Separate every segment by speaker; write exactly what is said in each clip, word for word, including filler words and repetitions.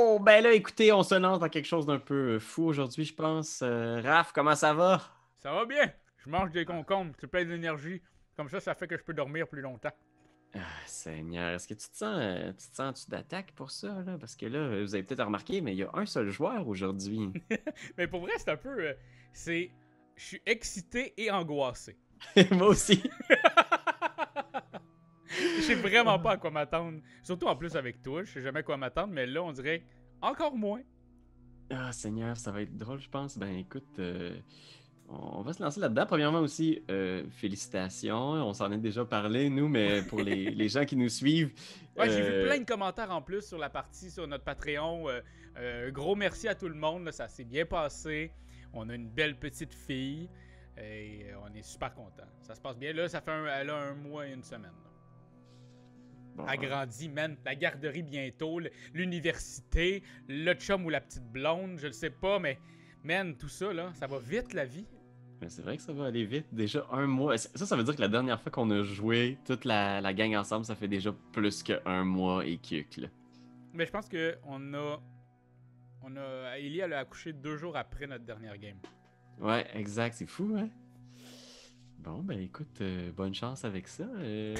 Speaker 1: Bon, ben là, écoutez, on se lance dans quelque chose d'un peu fou aujourd'hui, je pense. Euh, Raph, comment ça va?
Speaker 2: Ça va bien. Je mange des concombres, c'est plein d'énergie. Comme ça, ça fait que je peux dormir plus longtemps.
Speaker 1: Ah, Seigneur, est-ce que tu te sens, euh, tu te sens tu d'attaque pour ça, là? Parce que là, vous avez peut-être remarqué, mais il y a un seul joueur aujourd'hui.
Speaker 2: Mais pour vrai, c'est un peu. euh, c'est. Je suis excité et angoissé.
Speaker 1: Moi aussi.
Speaker 2: Je sais vraiment pas à quoi m'attendre. Surtout en plus avec toi, je sais jamais à quoi m'attendre, mais là, on dirait encore moins.
Speaker 1: Ah, Seigneur, ça va être drôle, je pense. Ben écoute, euh, on va se lancer là-dedans. Premièrement aussi, euh, félicitations. On s'en est déjà parlé, nous, mais pour les, les gens qui nous suivent,
Speaker 2: Ouais, j'ai vu
Speaker 1: euh,
Speaker 2: plein de commentaires en plus sur la partie sur notre Patreon. Euh, euh, gros merci à tout le monde, là, ça s'est bien passé. On a une belle petite fille et euh, on est super content. Ça se passe bien. Là, ça fait un, elle a un mois et une semaine. Là.
Speaker 1: bon,
Speaker 2: Elle grandit, man. La garderie bientôt, l'université, le chum ou la petite blonde, je le sais pas, mais man, tout ça, là, ça va vite la vie.
Speaker 1: mais c'est vrai que ça va aller vite. Déjà un mois. Ça, ça veut dire que la dernière fois qu'on a joué toute la, la gang ensemble, ça fait déjà plus qu'un mois et quelques, là.
Speaker 2: Mais je pense que on a. On a. Ellie, elle a accouché deux jours après notre dernière game.
Speaker 1: Ouais, exact. C'est fou, hein? Bon, ben écoute, euh, bonne chance avec ça. euh.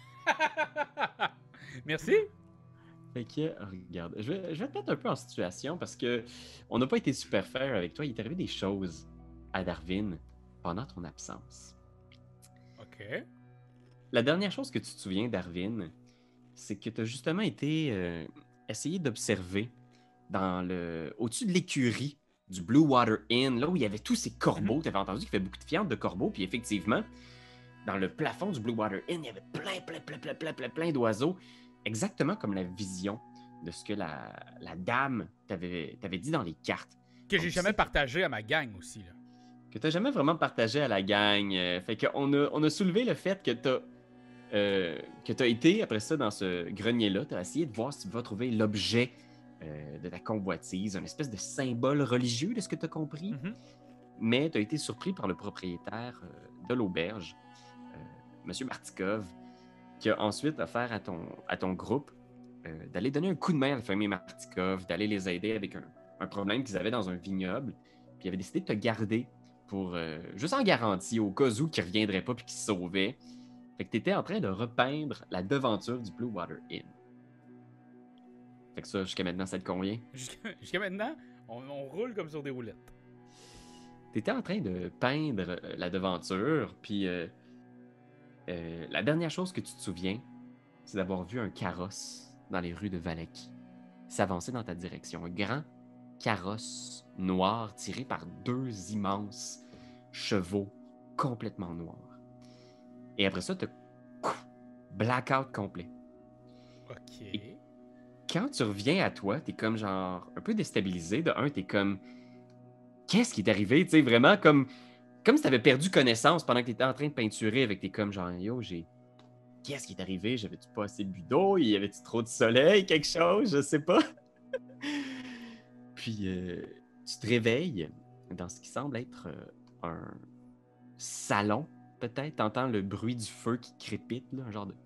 Speaker 2: Merci.
Speaker 1: Fait que, regarde, je vais, je vais te mettre un peu en situation parce que on n'a pas été super fair avec toi. Il est arrivé des choses à Darwin pendant ton absence.
Speaker 2: Ok.
Speaker 1: La dernière chose que tu te souviens, Darwin, c'est que tu as justement été euh, essayer d'observer dans le au-dessus de l'écurie du Blue Water Inn, là où il y avait tous ces
Speaker 2: Mhm.
Speaker 1: corbeaux. Tu avais entendu qu'il y avait beaucoup de fientes de corbeaux, puis effectivement, dans le plafond du Blue Water Inn, il y avait plein, plein, plein, plein, plein, plein, plein d'oiseaux, exactement comme la vision de ce que la, la dame t'avait, t'avait dit dans les cartes.
Speaker 2: Que
Speaker 1: Donc,
Speaker 2: j'ai
Speaker 1: tu
Speaker 2: jamais
Speaker 1: sais que,
Speaker 2: partagé à ma gang aussi, là.
Speaker 1: que tu n'as jamais vraiment partagé à la gang. Euh, fait qu'on a, on a soulevé le fait que tu as euh, que tu as été après ça dans ce grenier-là, tu as essayé de voir si tu vas trouver l'objet euh, de ta convoitise, une espèce de symbole religieux de ce que tu as compris,
Speaker 2: Mhm.
Speaker 1: mais tu as été surpris par le propriétaire euh, de l'auberge, euh, M. Martikov, qui a ensuite offert à ton, à ton groupe euh, d'aller donner un coup de main à la famille Martikov, d'aller les aider avec un, un problème qu'ils avaient dans un vignoble, puis il avait décidé de te garder pour euh, juste en garantie, au cas où qu'ils ne reviendraient pas puis qu'ils se sauvaient. Fait que tu étais en train de repeindre la devanture du Blue Water Inn. Fait que ça, jusqu'à maintenant, ça te convient?
Speaker 2: Jusqu'à jusqu'à maintenant, on, on roule comme sur des roulettes.
Speaker 1: Tu étais en train de peindre euh, la devanture, puis euh, euh, la dernière chose que tu te souviens, c'est d'avoir vu un carrosse dans les rues de Valaki s'avancer dans ta direction. Un grand carrosse noir tiré par deux immenses chevaux complètement noirs. Et après ça, tu blackout complet. Et
Speaker 2: Ok.
Speaker 1: quand tu reviens à toi, t'es comme genre un peu déstabilisé. De un, t'es comme qu'est-ce qui est arrivé? Tu sais, vraiment comme, comme si t'avais perdu connaissance pendant que t'étais en train de peinturer avec tes comme genre yo, j'ai. Qu'est-ce qui est arrivé? J'avais-tu pas assez bu d'eau? Y avait-tu trop de soleil? Quelque chose? Je sais pas. Puis euh, tu te réveilles dans ce qui semble être euh, un salon, peut-être. T'entends le bruit du feu qui crépite, là, un genre de.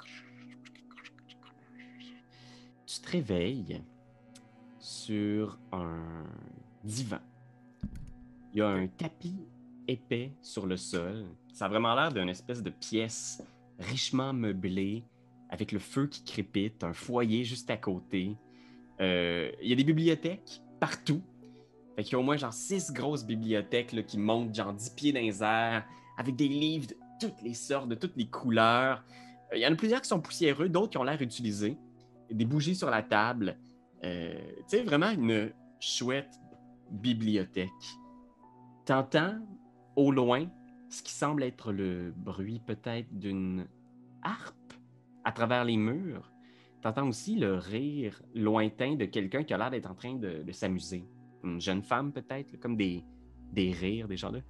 Speaker 1: Tu te réveilles sur un divan. Il y a
Speaker 2: Ok.
Speaker 1: un tapis épais sur le sol. Ça a vraiment l'air d'une espèce de pièce richement meublée, avec le feu qui crépite, un foyer juste à côté. Euh, il y a des bibliothèques partout. Fait qu'il y a au moins genre six grosses bibliothèques là, qui montent genre dix pieds dans les airs, avec des livres de toutes les sortes, de toutes les couleurs. Euh, Il y en a plusieurs qui sont poussiéreux, d'autres qui ont l'air utilisés. Des bougies sur la table. Euh, tu sais, vraiment une chouette bibliothèque. T'entends au loin ce qui semble être le bruit peut-être d'une harpe à travers les murs. T'entends aussi le rire lointain de quelqu'un qui a l'air d'être en train de, de s'amuser. Une jeune femme peut-être, comme des, des rires, des gens là.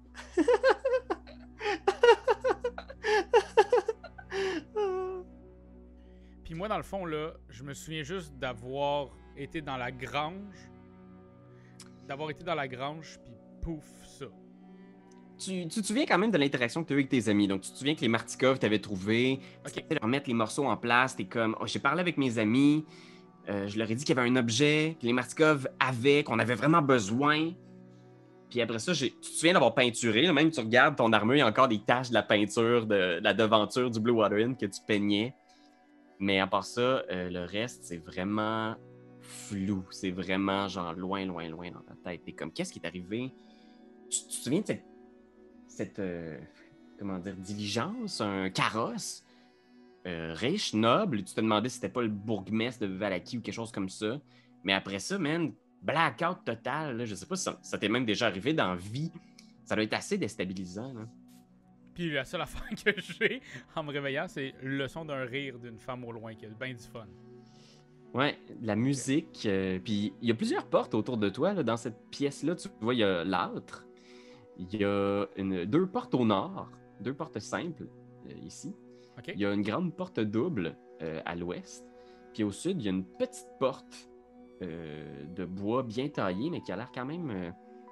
Speaker 2: Puis moi, dans le fond, là, je me souviens juste d'avoir été dans la grange. D'avoir été dans la grange, puis pouf, ça.
Speaker 1: Tu, tu te souviens quand même de l'interaction que tu as eue avec tes amis. Donc, tu te souviens que les Martikov t'avaient trouvé, tu
Speaker 2: Ok.
Speaker 1: t'essayais de remettre les morceaux en place. T'es comme, oh, j'ai parlé avec mes amis. Euh, je leur ai dit qu'il y avait un objet que les Martikov avaient, qu'on avait vraiment besoin. Puis après ça, j'ai... tu te souviens d'avoir peinturé, là, même tu regardes ton armure, il y a encore des taches de la peinture, de, de la devanture du Blue Water Inn que tu peignais. Mais à part ça, euh, le reste, c'est vraiment flou. C'est vraiment genre loin, loin, loin dans ta tête. T'es comme, qu'est-ce qui est arrivé? Tu, tu te souviens de cette, cette euh, comment dire, diligence, un carrosse euh, riche, noble? Tu te demandais si c'était pas le bourgmestre de Valaki ou quelque chose comme ça. Mais après ça, man, blackout total. Là, je sais pas si ça, ça t'est même déjà arrivé dans la vie. Ça doit être assez déstabilisant. Là.
Speaker 2: Puis la seule affaire que j'ai en me réveillant, c'est le son d'un rire d'une femme au loin qui a bien du fun.
Speaker 1: Ouais, de la musique. Euh, puis il y a plusieurs portes autour de toi. Là, dans cette pièce-là, tu vois, il y a l'âtre. Il y a une, deux portes au nord, deux portes simples euh, ici.
Speaker 2: Okay.
Speaker 1: Il y a une grande porte double euh, à l'ouest. Puis au sud, il y a une petite porte euh, de bois bien taillée, mais qui a l'air quand même... Euh,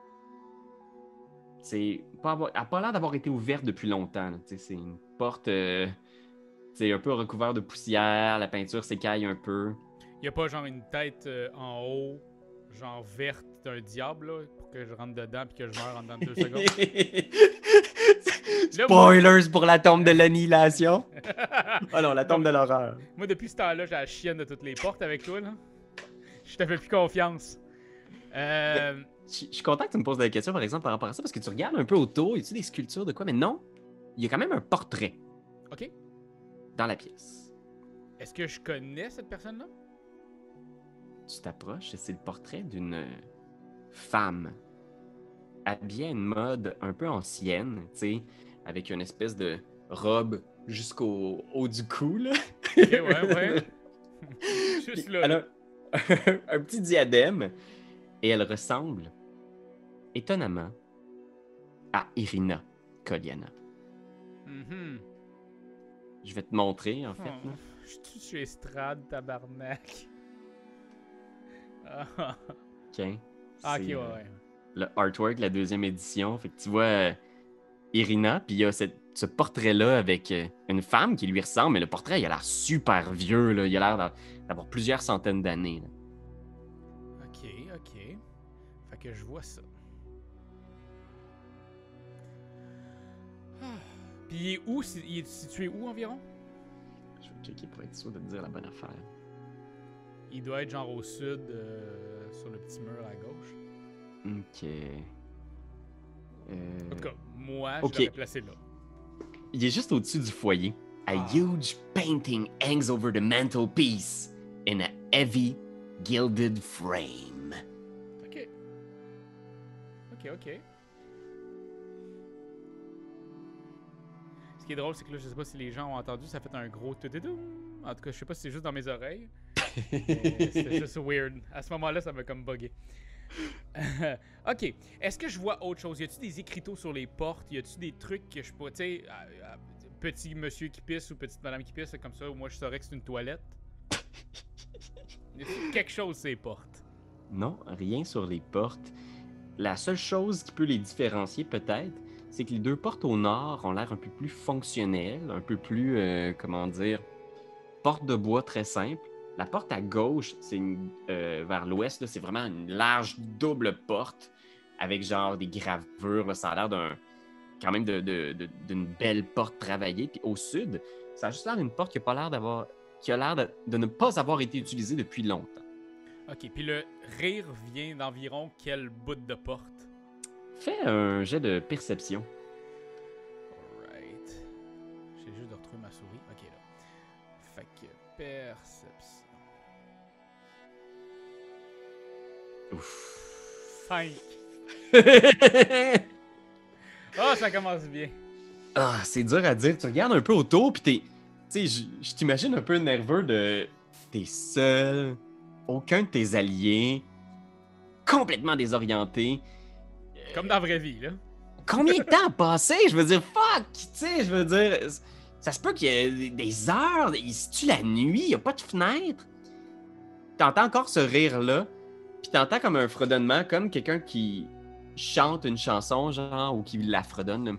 Speaker 1: c'est pas avoir, elle n'a pas l'air d'avoir été ouverte depuis longtemps. Là, c'est une porte euh, un peu recouverte de poussière, la peinture s'écaille un peu.
Speaker 2: Il n'y a pas genre une tête euh, en haut, genre verte d'un diable, là, pour que je rentre dedans et que je meure en dedans de deux secondes.
Speaker 1: Spoilers pour la tombe de l'annihilation. Oh non, la tombe de l'horreur.
Speaker 2: Moi, depuis ce temps-là, j'ai la chienne de toutes les portes avec toi. Là. Je te fais plus confiance. Euh...
Speaker 1: Je suis content que tu me poses des questions, par exemple, par rapport à ça, parce que tu regardes un peu autour, y a-tu des sculptures de quoi? Mais non, il y a quand même un portrait.
Speaker 2: OK.
Speaker 1: Dans la pièce.
Speaker 2: Est-ce que je connais cette personne-là?
Speaker 1: Tu t'approches et c'est le portrait d'une femme habillée à une mode un peu ancienne, tu sais, avec une espèce de robe jusqu'au haut du cou, là.
Speaker 2: OK, ouais, ouais. Juste là.
Speaker 1: Elle a un petit diadème et elle ressemble étonnamment à Irina Koliana.
Speaker 2: Mm-hmm.
Speaker 1: Je vais te montrer, en fait.
Speaker 2: Oh, je suis sur Estrade, tabarnak.
Speaker 1: Ah. OK.
Speaker 2: Ah, ok, ouais, ouais.
Speaker 1: Le artwork, la deuxième édition. Fait que tu vois euh, Irina, puis il y a cette, ce portrait-là avec euh, une femme qui lui ressemble, mais le portrait, il a l'air super vieux, là. Il a l'air d'avoir plusieurs centaines d'années. Là.
Speaker 2: Ok, ok. Fait que je vois ça. Ah. Puis il est où? Il est situé où environ?
Speaker 1: Je vais checker pour être sûr de te dire la bonne affaire.
Speaker 2: Il doit être genre au sud, euh, sur le petit mur à gauche.
Speaker 1: Ok. Euh...
Speaker 2: En tout cas, moi,
Speaker 1: okay.
Speaker 2: je l'avais placé là.
Speaker 1: Il est juste au-dessus du foyer. A
Speaker 2: ah.
Speaker 1: huge painting hangs over the mantelpiece in a heavy gilded frame.
Speaker 2: Ok. Ok, ok. Ce qui est drôle, c'est que là, je sais pas si les gens ont entendu, ça fait un gros tout-tout. En tout cas, je sais pas si c'est juste dans mes oreilles. C'était juste weird. À ce moment-là, ça m'a comme bugué. Ok. Est-ce que je vois autre chose? Y a-tu des écriteaux sur les portes? Y a-tu des trucs que je peux, tu sais, petit monsieur qui pisse ou petite madame qui pisse, comme ça, où moi je saurais que c'est une toilette? Y a-tu quelque chose sur les portes?
Speaker 1: Non, rien sur les portes. La seule chose qui peut les différencier, peut-être, c'est que les deux portes au nord ont l'air un peu plus fonctionnelles, un peu plus, euh, comment dire, porte de bois très simple. La porte à gauche, c'est une, euh, vers l'ouest, là, c'est vraiment une large double porte avec genre des gravures. Là, ça a l'air d'un, quand même de, de, de, d'une belle porte travaillée. Puis au sud, ça a juste l'air d'une porte qui a pas l'air d'avoir, qui a l'air de, de ne pas avoir été utilisée depuis longtemps.
Speaker 2: Ok, puis le rire vient d'environ quel bout de porte?
Speaker 1: Fais un jet de perception.
Speaker 2: Alright. J'ai juste de retrouver ma souris. Ok, là. Fait que perception.
Speaker 1: Ouf.
Speaker 2: cinq. Ah, oh, ça commence bien.
Speaker 1: Ah, c'est dur à dire. Tu regardes un peu autour, puis t'es... Tu sais, je t'imagine un peu nerveux de... T'es seul, aucun de tes alliés, complètement désorienté.
Speaker 2: Comme dans la vraie vie, là.
Speaker 1: Combien de temps a passé? Je veux dire, fuck! Tu sais, je veux dire... Ça se peut qu'il y ait des heures, c'est-tu la nuit? Il n'y a pas de fenêtre? T'entends encore ce rire-là, puis t'entends comme un fredonnement, comme quelqu'un qui chante une chanson, genre, ou qui la fredonne.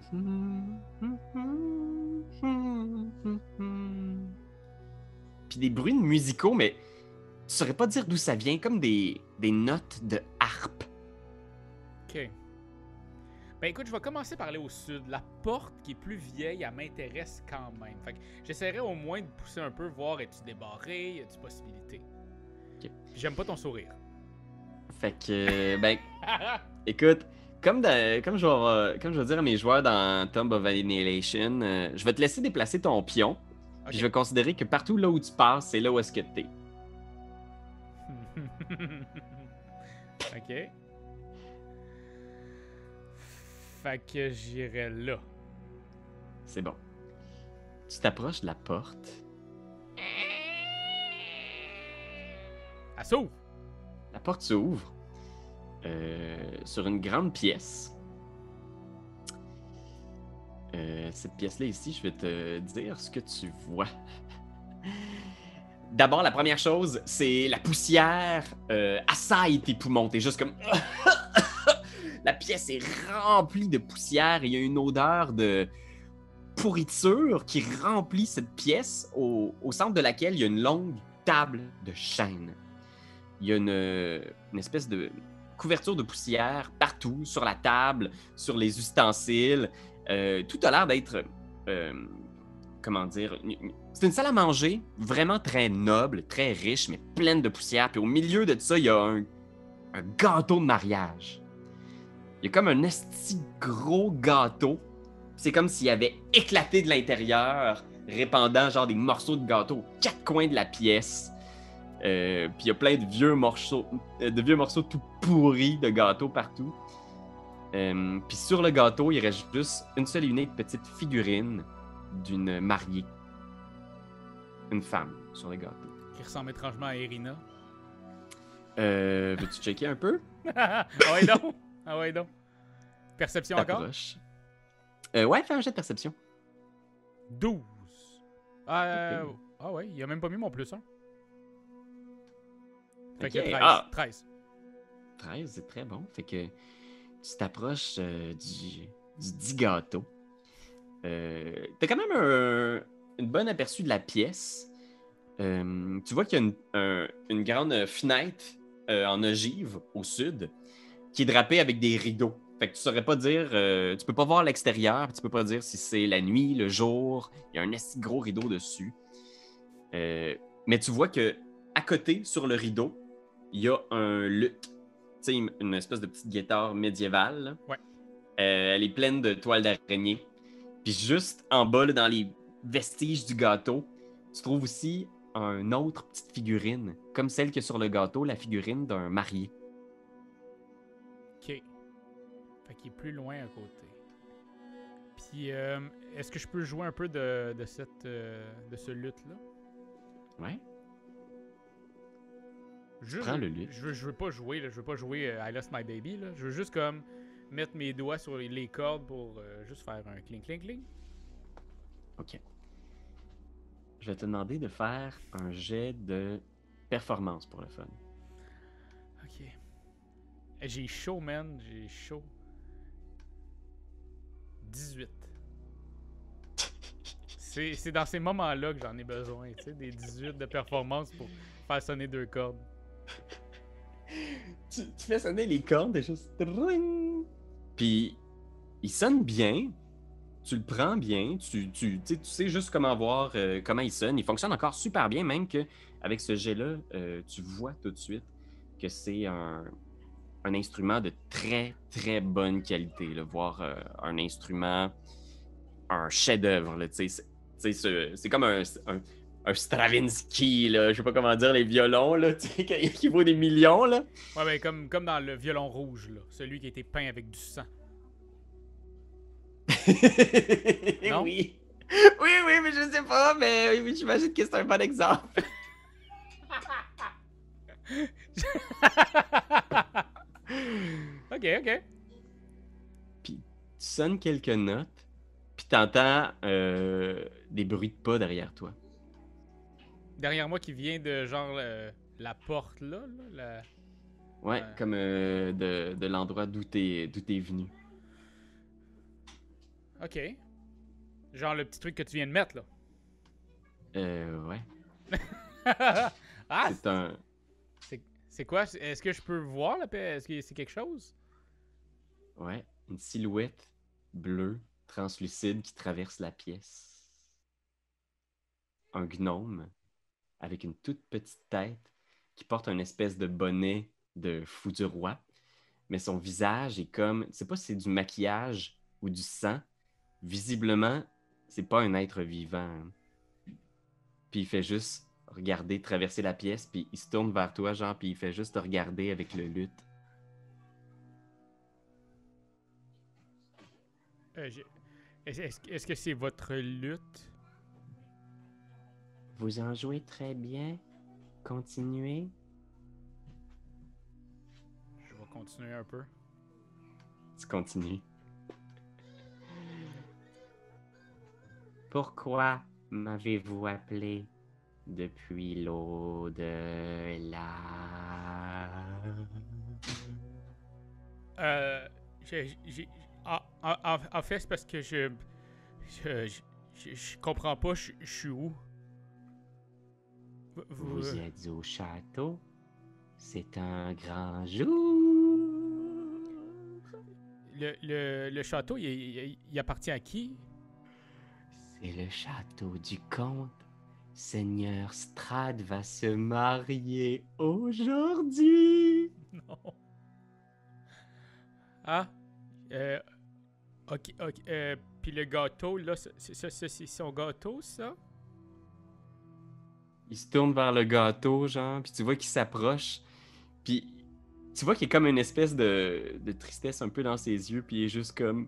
Speaker 1: Puis des bruits musicaux, mais tu saurais pas dire d'où ça vient, comme des, des notes de harpe.
Speaker 2: Ok. Ben écoute, je vais commencer par aller au sud. La porte qui est plus vieille, elle m'intéresse quand même. Fait que j'essaierai au moins de pousser un peu, voir es-tu débarré, y a-tu possibilité.
Speaker 1: Ok.
Speaker 2: J'aime pas ton sourire.
Speaker 1: Fait que, ben, écoute, comme, de- comme, je vais, comme je vais dire à mes joueurs dans Tomb of Annihilation, euh, je vais te laisser déplacer ton pion,
Speaker 2: Ok.
Speaker 1: puis je vais considérer que partout là où tu passes, c'est là où est-ce que t'es.
Speaker 2: Ok. Fait que j'irai là.
Speaker 1: C'est bon. Tu t'approches de la porte.
Speaker 2: Elle s'ouvre!
Speaker 1: La porte s'ouvre euh, sur une grande pièce. Euh, cette pièce-là ici, je vais te dire ce que tu vois. D'abord, la première chose, c'est la poussière euh, assaille tes poumons. T'es juste comme... La pièce est remplie de poussière et il y a une odeur de pourriture qui remplit cette pièce au, au centre de laquelle il y a une longue table de chêne. Il y a une, une espèce de couverture de poussière partout, sur la table, sur les ustensiles. Euh, tout a l'air d'être... Euh, comment dire... C'est une salle à manger vraiment très noble, très riche, mais pleine de poussière. Puis au milieu de ça, il y a un, un gâteau de mariage. Il y a comme un esti gros gâteau. C'est comme s'il avait éclaté de l'intérieur, répandant genre des morceaux de gâteau aux quatre coins de la pièce. Euh, puis il y a plein de vieux morceaux, de vieux morceaux tout pourris de gâteau partout. Euh, puis sur le gâteau, il reste juste une seule et unique petite figurine d'une mariée. Une femme sur le gâteau.
Speaker 2: Qui ressemble étrangement à Irina.
Speaker 1: Euh, veux-tu checker un peu?
Speaker 2: Ah ouais donc! Ah ouais donc! Perception encore?
Speaker 1: T'approches. Euh, ouais, fais un jet de perception.
Speaker 2: douze. Euh,
Speaker 1: Ok.
Speaker 2: Ah ouais, il a même pas mis mon plus un. Fait
Speaker 1: Ok,
Speaker 2: que treize.
Speaker 1: ah.
Speaker 2: treize.
Speaker 1: treize, c'est très bon. Fait que tu t'approches euh, du, du dit gâteau. Euh, T'as quand même un, une bonne aperçu de la pièce. Euh, tu vois qu'il y a une, un- une grande fenêtre euh, en ogive au sud qui est drapée avec des rideaux. Fait que tu saurais pas dire, euh, tu peux pas voir l'extérieur, tu peux pas dire si c'est la nuit, le jour. Il y a un assez gros rideau dessus. Euh, mais tu vois que à côté, sur le rideau, il y a un luth. Tu sais, une, une espèce de petite guitare médiévale. Là.
Speaker 2: Ouais.
Speaker 1: Euh, elle est pleine de toiles d'araignée. Puis juste en bas, là, dans les vestiges du gâteau, tu trouves aussi une autre petite figurine, comme celle que sur le gâteau, la figurine d'un marié.
Speaker 2: Ok. Fait qu'il est plus loin à côté. Puis, euh, est-ce que je peux jouer un peu de, de, cette, euh, de ce luth-là?
Speaker 1: Ouais.
Speaker 2: Je,
Speaker 1: Prends le luth.
Speaker 2: Je veux, je veux pas jouer, là. Je veux pas jouer euh, I Lost My Baby, là. Je veux juste comme mettre mes doigts sur les, les cordes pour euh, juste faire un cling cling cling.
Speaker 1: OK. Je vais te demander de faire un jet de performance pour le fun.
Speaker 2: Ok. J'ai chaud, man. J'ai chaud. dix-huit. C'est, c'est dans ces moments-là que j'en ai besoin, tu sais, des dix-huit de performance pour faire sonner deux cordes.
Speaker 1: tu, tu fais sonner les cordes et juste... Tring! Puis, il sonne bien. Tu le prends bien. Tu, tu, tu sais, tu sais juste comment voir euh, comment il sonne. Il fonctionne encore super bien, même qu'avec ce jet-là, euh, tu vois tout de suite que c'est un, un instrument de très, très bonne qualité. Là, voire euh, un instrument, un chef-d'œuvre. Là, tu sais, c'est, tu sais, c'est, c'est comme un, un, un Stravinsky, là, je sais pas comment dire, les violons, là, tu sais, qui, qui vaut des millions. Là.
Speaker 2: Ouais, ben comme, comme dans le violon rouge, là, celui qui a été peint avec du sang. Non?
Speaker 1: Oui. Oui, oui, mais je sais pas, mais oui, j'imagine que c'est un bon exemple.
Speaker 2: ok, ok.
Speaker 1: Puis tu sonnes quelques notes, puis t'entends euh, des bruits de pas derrière toi.
Speaker 2: Derrière moi qui vient de genre euh, la porte là, là la...
Speaker 1: Ouais,
Speaker 2: Ouais.
Speaker 1: comme euh, de, de l'endroit d'où t'es, d'où t'es venu.
Speaker 2: Ok. Genre le petit truc que tu viens de mettre là.
Speaker 1: Euh, ouais.
Speaker 2: Ah!
Speaker 1: C'est un,
Speaker 2: C'est quoi? Est-ce que je peux voir la paix? Est-ce que c'est quelque chose?
Speaker 1: Ouais, une silhouette bleue, translucide qui traverse la pièce. Un gnome avec une toute petite tête qui porte une espèce de bonnet de fou du roi. Mais son visage est comme, je sais pas si c'est du maquillage ou du sang. Visiblement, c'est pas un être vivant. Hein. Puis il fait juste regarder, traverser la pièce, puis il se tourne vers toi, genre, puis il fait juste te regarder avec le luth.
Speaker 2: Euh, j'ai- est-ce, est-ce- est-ce que c'est votre lutte?
Speaker 1: Vous en jouez très bien. Continuez.
Speaker 2: Je vais continuer un peu.
Speaker 1: Tu continues. Pourquoi m'avez-vous appelé depuis l'au-delà?
Speaker 2: Euh, j'ai, j'ai- en, en- en- en fait, c'est parce que je, je, je, je- je comprends pas, je, je suis où? Vous, vous,
Speaker 1: Vous
Speaker 2: euh,
Speaker 1: êtes au château. C'est un grand jour.
Speaker 2: le, le, le château, il, il- il appartient à qui?
Speaker 1: C'est le château du comte. Seigneur Strad va se marier aujourd'hui.
Speaker 2: Non. Ah, euh, ok, ok. Euh, puis le gâteau, là, c'est, c'est, c'est, c'est son gâteau, ça?
Speaker 1: Il se tourne vers le gâteau, genre, puis tu vois qu'il s'approche. Puis tu vois qu'il y a comme une espèce de, de tristesse un peu dans ses yeux, puis il est juste comme...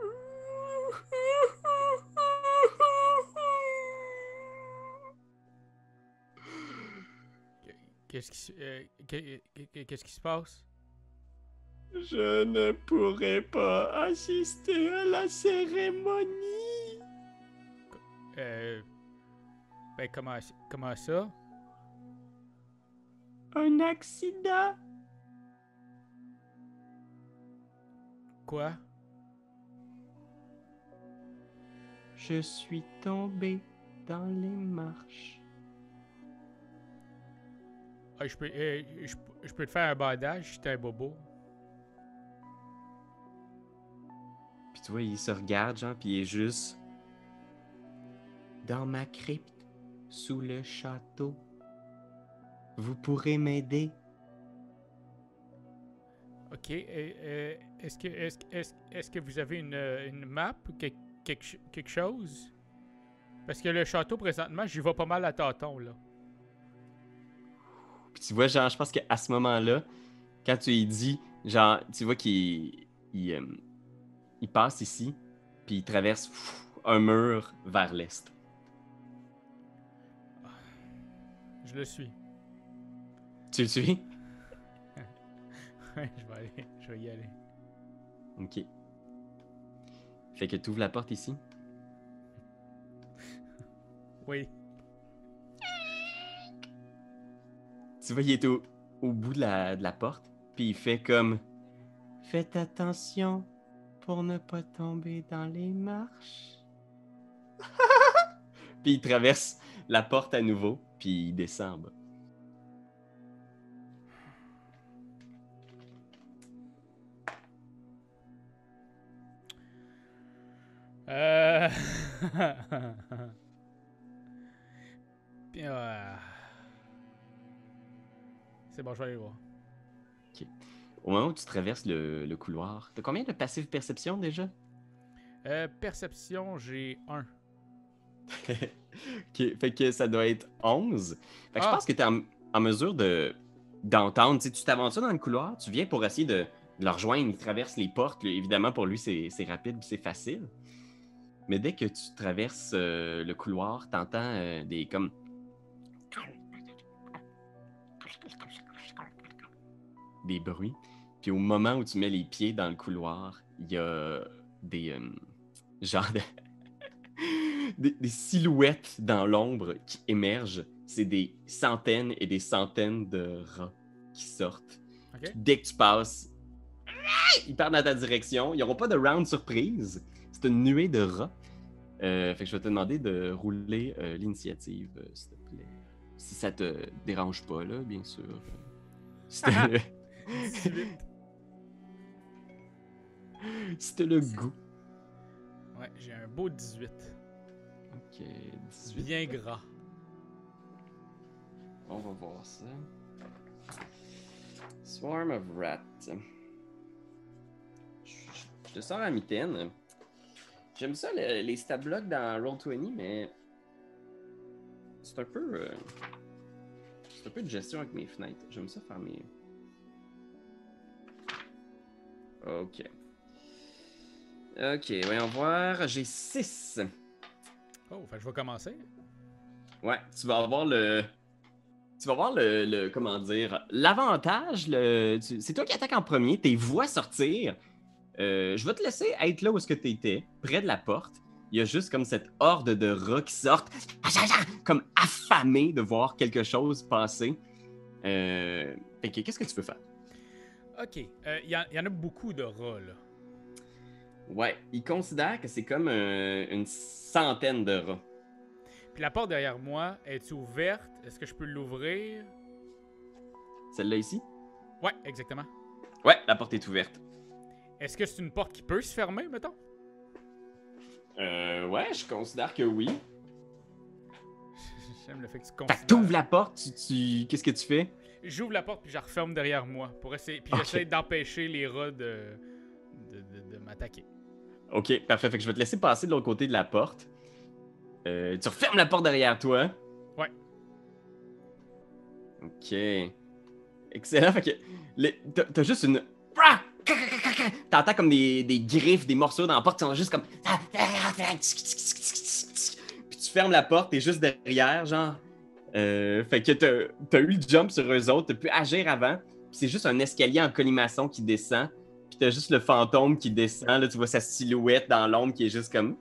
Speaker 2: Qu'est-ce qui, se- euh, qu'est- qu'est- qu'est-ce qui se passe?
Speaker 1: Je ne pourrai pas assister à la cérémonie.
Speaker 2: Euh, ben, comment, comment ça?
Speaker 1: Un accident.
Speaker 2: Quoi?
Speaker 1: Je suis tombé dans les marches.
Speaker 2: Ah, je peux, euh, je, je peux te faire un bandage si t'es un bobo.
Speaker 1: Puis tu vois, il se regarde, genre, puis il est juste... Dans ma crypte, sous le château. Vous pourrez m'aider.
Speaker 2: Ok. euh, euh, est-ce que, est-ce, est-ce, est-ce que vous avez une, euh, une map ou que- quelque, ch- quelque chose? Parce que le château, présentement, j'y vais pas mal à tâtons, là.
Speaker 1: Puis tu vois, genre, je pense qu'à ce moment-là, quand tu lui dis, genre, tu vois qu'il il, euh, il passe ici, puis il traverse pff, un mur vers l'est.
Speaker 2: Je le suis.
Speaker 1: Tu le suis?
Speaker 2: Ouais, je vais aller. Je vais y aller.
Speaker 1: Ok. Fait que tu ouvres la porte ici.
Speaker 2: Oui.
Speaker 1: Tu vois, il est au, au bout de la, de la porte, puis il fait comme... Faites attention pour ne pas tomber dans les marches. Puis il traverse la porte à nouveau, puis il descend en bas.
Speaker 2: Euh... Puis, euh, c'est bon, je vais aller voir.
Speaker 1: Ok. Au moment où tu traverses le, le couloir, t'as combien de passive perception déjà?
Speaker 2: Euh, perception, j'ai un.
Speaker 1: Ok, fait que ça doit être onze. Fait que je
Speaker 2: Ah!
Speaker 1: pense que t'es en, en mesure de d'entendre. Tu sais, tu t'aventures dans le couloir, tu viens pour essayer de, de le rejoindre. Il traverse les portes. Là. Évidemment, pour lui, c'est c'est rapide puis c'est facile. Mais dès que tu traverses euh, le couloir, t'entends euh, des comme des bruits. Puis au moment où tu mets les pieds dans le couloir, il y a des euh, genre de des, des silhouettes dans l'ombre qui émergent. C'est des centaines et des centaines de rats qui sortent. Puis
Speaker 2: Ok.
Speaker 1: dès que tu passes, ils partent dans ta direction. Ils n'auront pas de round surprise. C'est une nuée de rats. Euh, fait que je vais te demander de rouler euh, l'initiative, euh, s'il te plaît. Si ça te dérange pas, là, bien sûr. C'était le...
Speaker 2: dix-huit.
Speaker 1: C'était le goût.
Speaker 2: Ouais, j'ai un beau dix-huit.
Speaker 1: Ok, dix-huit.
Speaker 2: Bien gras.
Speaker 1: On va voir ça. Swarm of Rats. Je, je te sors à mitaine. J'aime ça, le- les stat blocks dans roll vingt, mais c'est un peu... euh, C'est un peu de gestion avec mes fenêtres. J'aime ça faire mes... Ok. Ok, voyons voir. J'ai six.
Speaker 2: Oh, fait que je vais commencer.
Speaker 1: Ouais, tu vas avoir le... Tu vas voir le, le- comment dire, l'avantage, le, tu- c'est toi qui attaques en premier, tes voix sortir. Euh, je vais te laisser être là où est-ce que tu étais, près de la porte. Il y a juste comme cette horde de rats qui sortent, comme affamés de voir quelque chose passer. Euh, fait que qu'est-ce que tu peux faire?
Speaker 2: Ok, il euh, y, y en a beaucoup de rats, là.
Speaker 1: Ouais, ils considèrent que c'est comme un- une centaine de rats.
Speaker 2: Puis la porte derrière moi, est ouverte? Est-ce que je peux l'ouvrir?
Speaker 1: Celle-là ici?
Speaker 2: Ouais, exactement.
Speaker 1: Ouais, la porte est ouverte.
Speaker 2: Est-ce que c'est une porte qui peut se fermer, mettons?
Speaker 1: Euh, ouais, je considère que oui.
Speaker 2: J'aime le fait que tu
Speaker 1: Fait que
Speaker 2: considères...
Speaker 1: t'ouvres la porte, tu, tu... qu'est-ce que tu fais?
Speaker 2: J'ouvre la porte puis je la referme derrière moi pour essayer. Puis
Speaker 1: Ok.
Speaker 2: j'essaie d'empêcher les rats de, de, de, de m'attaquer.
Speaker 1: Ok, parfait. Fait que je vais te laisser passer de l'autre côté de la porte. Euh, tu refermes la porte derrière toi.
Speaker 2: Ouais.
Speaker 1: Ok. Excellent. Fait que les- t'as, t'as juste une. Ah! T'entends comme des, des griffes, des morceaux dans la porte qui sont juste comme. Puis tu fermes la porte, t'es juste derrière, genre. Euh, fait que t'as, t'as eu le jump sur eux autres, t'as pu agir avant. Puis c'est juste un escalier en colimaçon qui descend. Puis t'as juste le fantôme qui descend. Là, tu vois sa silhouette dans l'ombre qui est juste comme.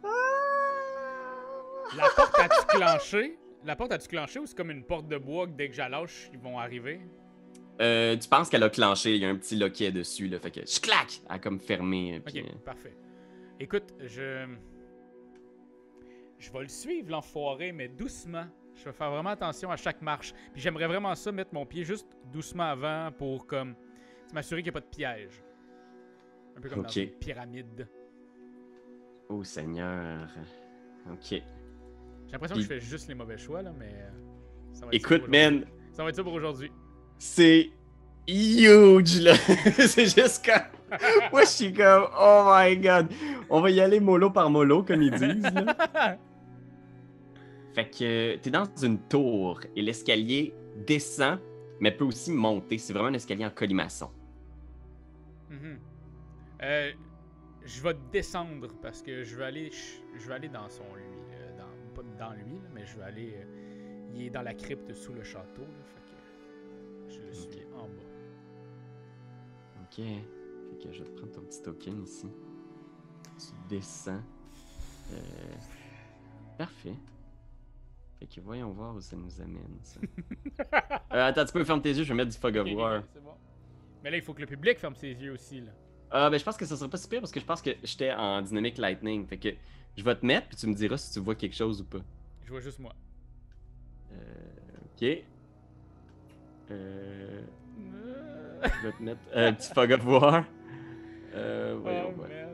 Speaker 2: La porte a-tu clenché? La porte a-tu clenché ou c'est comme une porte de bois que dès que j'allâche, ils vont arriver?
Speaker 1: Euh, tu penses qu'elle a clenché, il y a un petit loquet dessus, là, fait que je claque! Elle a comme fermé.
Speaker 2: Ok,
Speaker 1: Puis, euh,
Speaker 2: parfait. Écoute, je. Je vais le suivre, l'enfoiré, mais doucement. Je vais faire vraiment attention à chaque marche. Puis j'aimerais vraiment ça, mettre mon pied juste doucement avant pour comme m'assurer qu'il n'y a pas de piège. Un peu comme dans
Speaker 1: Ok.
Speaker 2: une pyramide.
Speaker 1: Oh Seigneur. Ok.
Speaker 2: J'ai l'impression
Speaker 1: Puis-
Speaker 2: que je fais juste les mauvais choix, là, mais. euh, Ça va être ça
Speaker 1: Écoute,
Speaker 2: pour aujourd'hui.
Speaker 1: man,
Speaker 2: Ça va être ça pour aujourd'hui.
Speaker 1: c'est huge, là! C'est juste comme. Moi, je suis comme, oh my god! On va y aller mollo par mollo, comme ils disent, là. Fait que t'es dans une tour et l'escalier descend, mais peut aussi monter. C'est vraiment un escalier en colimaçon.
Speaker 2: Mhm. Euh, je vais descendre parce que je vais aller, je vais aller dans son lui, euh, dans, pas dans lui, là, mais je vais aller. euh, il est dans la crypte sous le château, là, fait que je le suis en bas.
Speaker 1: Ok. Fait que je vais te prendre ton petit token ici. Tu descends. Euh... Parfait. Fait que voyons voir où ça nous amène, ça. euh, attends, tu peux fermer tes yeux, je vais mettre du fog of
Speaker 2: Ok, ok,
Speaker 1: war.
Speaker 2: c'est bon. Mais là, il faut que le public ferme ses yeux aussi, là.
Speaker 1: Ah, ben je pense que ça serait pas si pire parce que je pense que j'étais en dynamic lightning. Fait que je vais te mettre, puis tu me diras si tu vois quelque chose ou pas.
Speaker 2: Je vois juste moi.
Speaker 1: Euh... Ok. Euh... Je vais te mettre un petit fog of war. Euh, voyons
Speaker 2: Oh
Speaker 1: voir.
Speaker 2: man.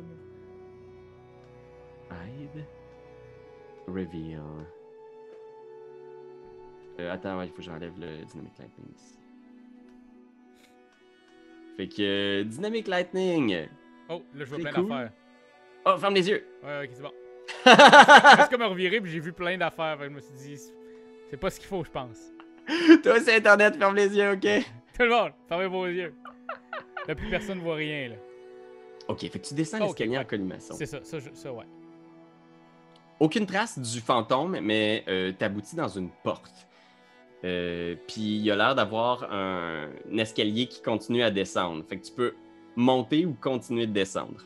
Speaker 1: Hide. Reveal. Euh, attends, ouais, il faut que j'enlève le Dynamic Lightning ici. Fait que euh, Dynamic Lightning.
Speaker 2: Oh, là, je vois
Speaker 1: C'est
Speaker 2: plein
Speaker 1: cool.
Speaker 2: d'affaires.
Speaker 1: Oh, ferme les yeux.
Speaker 2: Ouais, ok, c'est bon. Je suis comme reviré, puis j'ai vu plein d'affaires. Fait que je me suis dit, c'est pas ce qu'il faut, je pense.
Speaker 1: Toi, c'est Internet, ferme les yeux, ok?
Speaker 2: Tout le monde, fermez vos yeux. Là, plus personne ne voit rien, là.
Speaker 1: Ok, fait que tu descends
Speaker 2: Ok,
Speaker 1: l'escalier
Speaker 2: ouais.
Speaker 1: en colimaçon.
Speaker 2: C'est ça, ça, je- ça, ouais.
Speaker 1: Aucune trace du fantôme, mais euh, t'aboutis dans une porte. Euh, Puis il y a l'air d'avoir un... un escalier qui continue à descendre. Fait que tu peux monter ou continuer de descendre.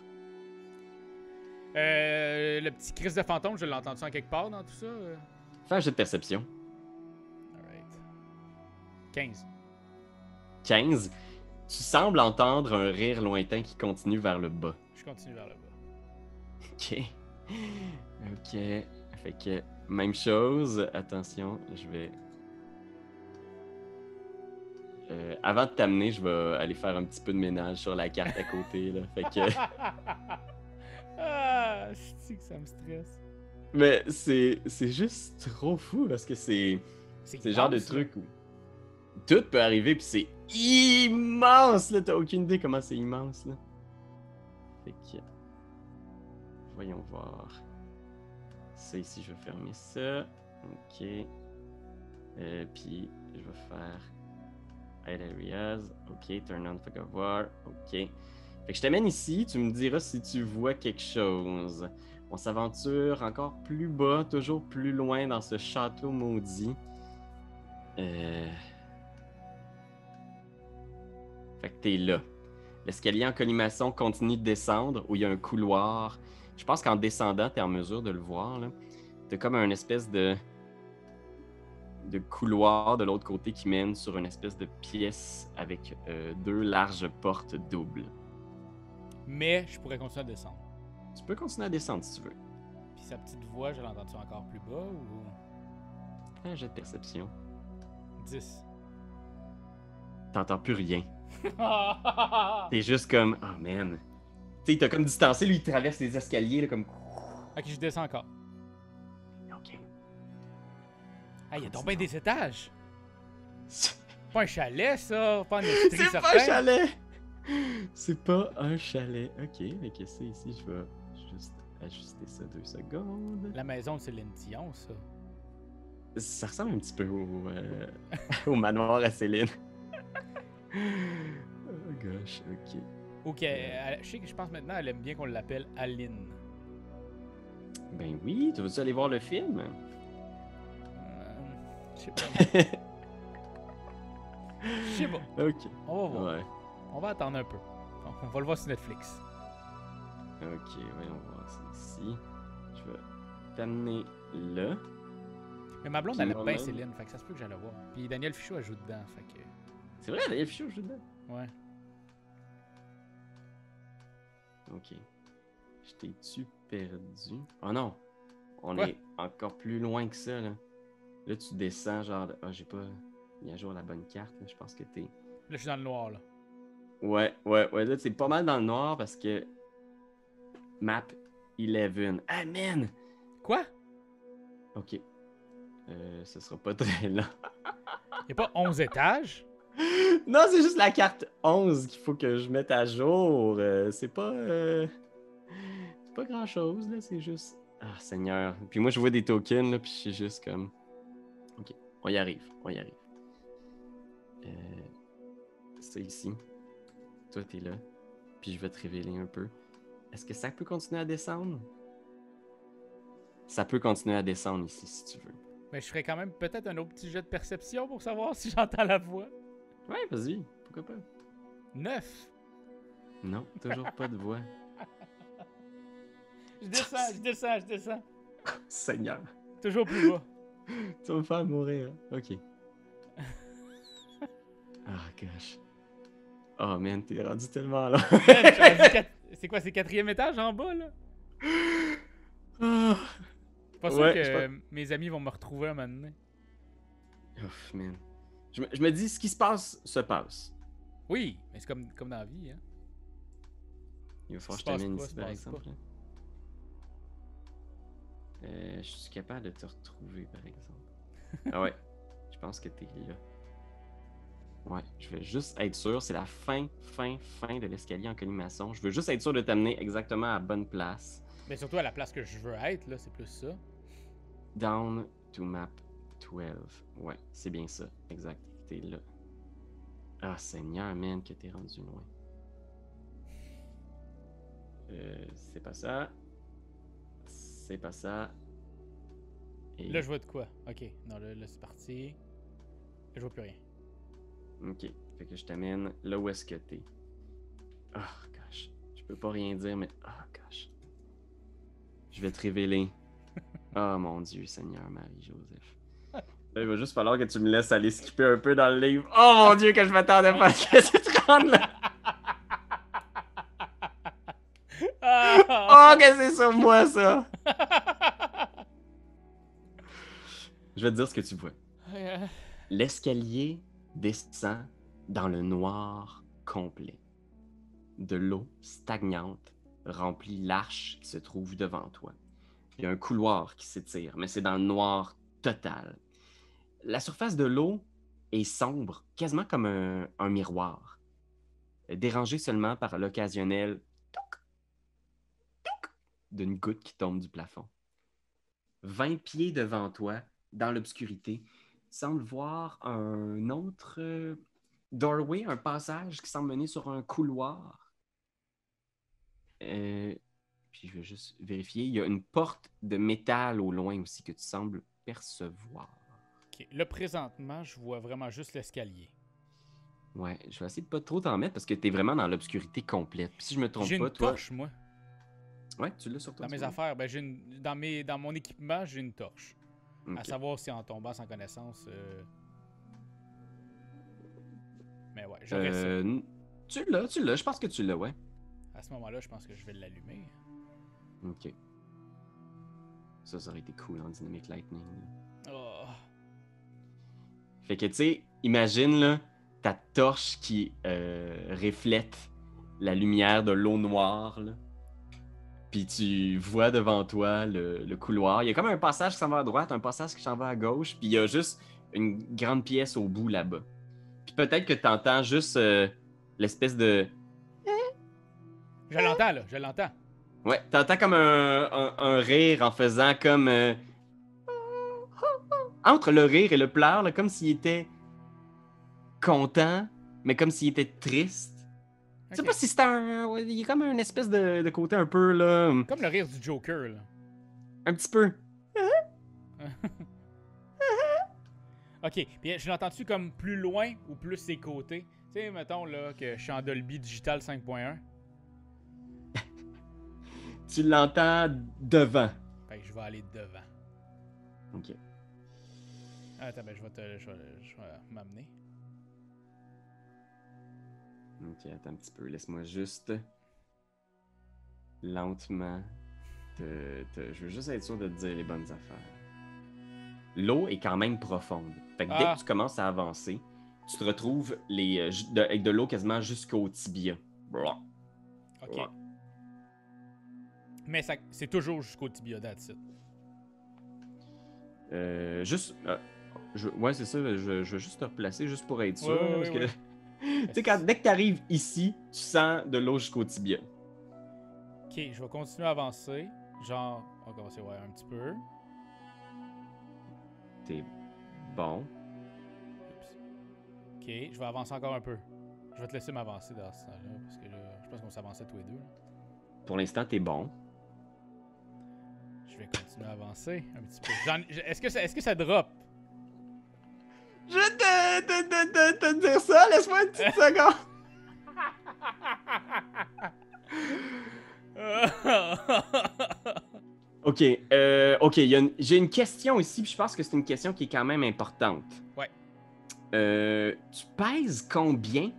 Speaker 2: Euh, le petit crise de fantôme, je l'ai entendu en quelque part dans tout ça? euh?
Speaker 1: Fais un jeu de perception.
Speaker 2: Alright. quinze.
Speaker 1: quinze. Tu sembles entendre un rire lointain qui continue vers le bas.
Speaker 2: Je continue vers le bas.
Speaker 1: Ok. Ok. Fait que, même chose. Attention, je vais... euh, avant de t'amener, je vais aller faire un petit peu de ménage sur la carte à côté. Là. Fait que...
Speaker 2: ah, c'est que ça me stresse.
Speaker 1: Mais c'est, c'est juste trop fou parce que c'est, c'est le genre de truc où tout peut arriver puis c'est immense là. T'as aucune idée comment c'est immense là. Fait que voyons voir. Ça ici, je vais fermer ça. Ok. Euh, puis je vais faire Hide Areas. Ok. Turn on fog of war. Ok. Fait que je t'amène ici. Tu me diras si tu vois quelque chose. On s'aventure encore plus bas, toujours plus loin dans ce château maudit. Euh... Fait que t'es là. L'escalier en colimaçon continue de descendre, où il y a un couloir. Je pense qu'en descendant, t'es en mesure de le voir. Là. T'as comme un espèce de... de couloir de l'autre côté qui mène sur une espèce de pièce avec euh, deux larges portes doubles.
Speaker 2: Mais je pourrais continuer à descendre.
Speaker 1: Tu peux continuer à descendre si tu veux.
Speaker 2: Puis sa petite voix, je l'entends-tu encore plus bas ou...
Speaker 1: Un jet de perception.
Speaker 2: dix.
Speaker 1: T'entends plus rien. T'es juste comme... Oh man. Tu sais, t'as comme distancé, lui il traverse les escaliers là, comme...
Speaker 2: Ok, je descends encore.
Speaker 1: Ok.
Speaker 2: Ah, il y a donc bien des étages. Pas un chalet, ça. Pas un
Speaker 1: C'est
Speaker 2: certain.
Speaker 1: pas un chalet! C'est pas un chalet. Ok, mais qu'est-ce que c'est ici? Je vais juste ajuster ça deux secondes.
Speaker 2: La maison de Céline Dion, ça.
Speaker 1: Ça ressemble un petit peu au, euh, au manoir à Céline. Oh gosh, ok.
Speaker 2: Ok, elle- je sais que je pense maintenant elle aime bien qu'on l'appelle Aline.
Speaker 1: Ben oui, tu veux-tu aller voir le film?
Speaker 2: Euh, je sais pas. Je sais pas.
Speaker 1: Ok.
Speaker 2: On va voir.
Speaker 1: Ouais.
Speaker 2: On va attendre un peu. Donc, on va le voir sur Netflix.
Speaker 1: Ok, voyons voir ça ici. Je vais t'amener là.
Speaker 2: Mais ma blonde,
Speaker 1: Puis
Speaker 2: elle aime bien
Speaker 1: moi-même.
Speaker 2: Céline, fait que ça se peut que j'aille le voir. Puis Daniel Fichot, elle joue dedans, fait que...
Speaker 1: C'est vrai, Daniel Fichot joue dedans.
Speaker 2: Ouais.
Speaker 1: Ok. Je t'ai-tu perdu? Oh non! On
Speaker 2: Quoi?
Speaker 1: est encore plus loin que ça, là. Là, tu descends, genre... de- Ah, j'ai pas mis à jour la bonne carte, là. Je pense que t'es...
Speaker 2: Là, je suis dans le noir, là.
Speaker 1: Ouais, ouais, ouais. Là, c'est pas mal dans le noir parce que... Map onze. Ah, man!
Speaker 2: Quoi?
Speaker 1: Ok. Euh, ce sera pas très long.
Speaker 2: Y'a pas onze étages?
Speaker 1: Non, c'est juste la carte onze qu'il faut que je mette à jour. Euh, c'est pas... euh, C'est pas grand-chose, là. C'est juste... Ah, Seigneur. Puis moi, je vois des tokens, là, puis je suis juste comme... Ok, on y arrive, on y arrive. Euh... C'est ici. Toi, t'es là. Puis je vais te révéler un peu. Est-ce que ça peut continuer à descendre? Ça peut continuer à descendre ici, si tu veux.
Speaker 2: Mais je ferais quand même peut-être un autre petit jet de perception pour savoir si j'entends la voix.
Speaker 1: Ouais, vas-y. Pourquoi pas?
Speaker 2: neuf.
Speaker 1: Non, toujours pas de voix.
Speaker 2: Je descends, je descends, je descends.
Speaker 1: Seigneur.
Speaker 2: Toujours plus bas.
Speaker 1: Tu vas me faire mourir. Ok. Ah, gosh. Oh, man, t'es rendu tellement là.
Speaker 2: Man, je suis rendu quat- C'est quoi, c'est quatrième étage en bas, là?
Speaker 1: Ah.
Speaker 2: Je suis pas sûr
Speaker 1: Ouais,
Speaker 2: que
Speaker 1: je
Speaker 2: euh, mes amis vont me retrouver un moment donné.
Speaker 1: Ouf, man. Je me, je me dis, ce qui se passe, se passe.
Speaker 2: Oui, mais c'est comme, comme dans la vie, hein.
Speaker 1: Il va falloir
Speaker 2: Se
Speaker 1: que je
Speaker 2: passe
Speaker 1: t'amène
Speaker 2: pas,
Speaker 1: ici,
Speaker 2: se
Speaker 1: par
Speaker 2: passe
Speaker 1: exemple. là. Euh, je suis capable de te retrouver, par exemple. Ah ouais, je pense que t'es là. Ouais, je vais juste être sûr. C'est la fin, fin, fin de l'escalier en colimaçon. Je veux juste être sûr de t'amener exactement à la bonne place.
Speaker 2: Mais surtout à la place que je veux être, là, c'est plus ça.
Speaker 1: Down to map douze. Ouais, c'est bien ça. Exact. T'es là. Ah, Seigneur, man, que t'es rendu loin. Euh, c'est pas ça. C'est pas ça. Et...
Speaker 2: Là, je vois de quoi. Ok, non, là, là c'est parti. Là, je vois plus rien.
Speaker 1: Ok, fait que je t'amène là où est-ce que t'es. Oh gosh, je peux pas rien dire, mais oh gosh. Je vais te révéler. Oh mon Dieu, Seigneur Marie-Joseph. Là, il va juste falloir que tu me laisses aller skipper un peu dans le livre. Oh mon Dieu, que je m'attendais pas à ce que tu te rendes là. Oh, que c'est sur moi ça. Je vais te dire ce que tu vois. L'escalier descend dans le noir complet. De l'eau stagnante remplit l'arche qui se trouve devant toi. Il y a un couloir qui s'étire, mais c'est dans le noir total. La surface de l'eau est sombre, quasiment comme un, un miroir, dérangé seulement par l'occasionnel toc, toc d'une goutte qui tombe du plafond. Vingt pieds devant toi, dans l'obscurité, semble voir un autre euh, doorway, un passage qui semble mener sur un couloir. Euh, puis je vais juste vérifier. Il y a une porte de métal au loin aussi que tu sembles percevoir.
Speaker 2: Ok, là, présentement, je vois vraiment juste l'escalier.
Speaker 1: Ouais, je vais essayer de pas trop t'en mettre parce que t'es vraiment dans l'obscurité complète. Puis si je me trompe
Speaker 2: J'ai
Speaker 1: pas,
Speaker 2: une
Speaker 1: toi...
Speaker 2: torche, moi.
Speaker 1: Ouais, tu l'as sur toi.
Speaker 2: Dans mes affaires, ben, j'ai une... dans, mes... dans mon équipement, j'ai une torche.
Speaker 1: Okay.
Speaker 2: À savoir si en tombant sans connaissance... Euh... Mais ouais, j'aurais
Speaker 1: euh, ça. Tu l'as, tu l'as. Je pense que tu l'as, ouais.
Speaker 2: À ce moment-là, je pense que je vais l'allumer.
Speaker 1: Ok. Ça, ça aurait été cool en Dynamic Lightning.
Speaker 2: Oh.
Speaker 1: Fait que, tu sais, imagine, là, ta torche qui euh, reflète la lumière de l'eau noire, là. Puis tu vois devant toi le, le couloir. Il y a comme un passage qui s'en va à droite, un passage qui s'en va à gauche, puis il y a juste une grande pièce au bout là-bas. Puis peut-être que tu entends juste euh, l'espèce de...
Speaker 2: Je l'entends, là, je l'entends.
Speaker 1: Ouais, t'entends comme un, un, un rire en faisant comme... Euh... Entre le rire et le pleur, là, comme s'il était content, mais comme s'il était triste. Je sais
Speaker 2: Ok.
Speaker 1: pas si c'est un... Il y a comme une espèce de, de côté un peu, là...
Speaker 2: Comme le rire du Joker, là.
Speaker 1: Un petit peu.
Speaker 2: Ok, puis je l'entends-tu comme plus loin ou plus ses côtés? Tu sais, mettons, là, que je suis en Dolby Digital cinq point un.
Speaker 1: Tu l'entends devant.
Speaker 2: Fait que je vais aller devant.
Speaker 1: Ok.
Speaker 2: Attends, ben je vais te... Je vais, je vais m'amener.
Speaker 1: Ok, attends un petit peu. Laisse-moi juste... Lentement... Te, te... Je veux juste être sûr de te dire les bonnes affaires. L'eau est quand même profonde. Fait que ah. dès que tu commences à avancer, tu te retrouves les, de, avec de l'eau quasiment jusqu'au tibia. Blah.
Speaker 2: Ok. Blah. Mais ça, c'est toujours jusqu'au tibia, that's it.
Speaker 1: Euh, juste... Euh, je, ouais, c'est ça. Je, je veux juste te replacer, juste pour être sûr.
Speaker 2: Ouais,
Speaker 1: parce
Speaker 2: ouais,
Speaker 1: que...
Speaker 2: ouais.
Speaker 1: Tu sais, quand, dès que tu arrives ici, tu sens de l'eau jusqu'au tibia.
Speaker 2: Ok, je vais continuer à avancer. Genre, on va commencer ouais, un petit peu.
Speaker 1: T'es bon.
Speaker 2: Oups. Ok, je vais avancer encore un peu. Je vais te laisser m'avancer dans ce temps-là, parce que là, je pense qu'on s'avançait tous les deux. Là.
Speaker 1: Pour l'instant, t'es bon.
Speaker 2: Je vais continuer à avancer un petit peu. Est-ce que, est-ce que ça drop?
Speaker 1: Je vais te, te, te, te, te dire ça, laisse-moi une petite seconde. Ok, euh, ok, une... j'ai une question ici, puis je pense que c'est une question qui est quand même importante.
Speaker 2: Ouais.
Speaker 1: Euh, tu pèses combien?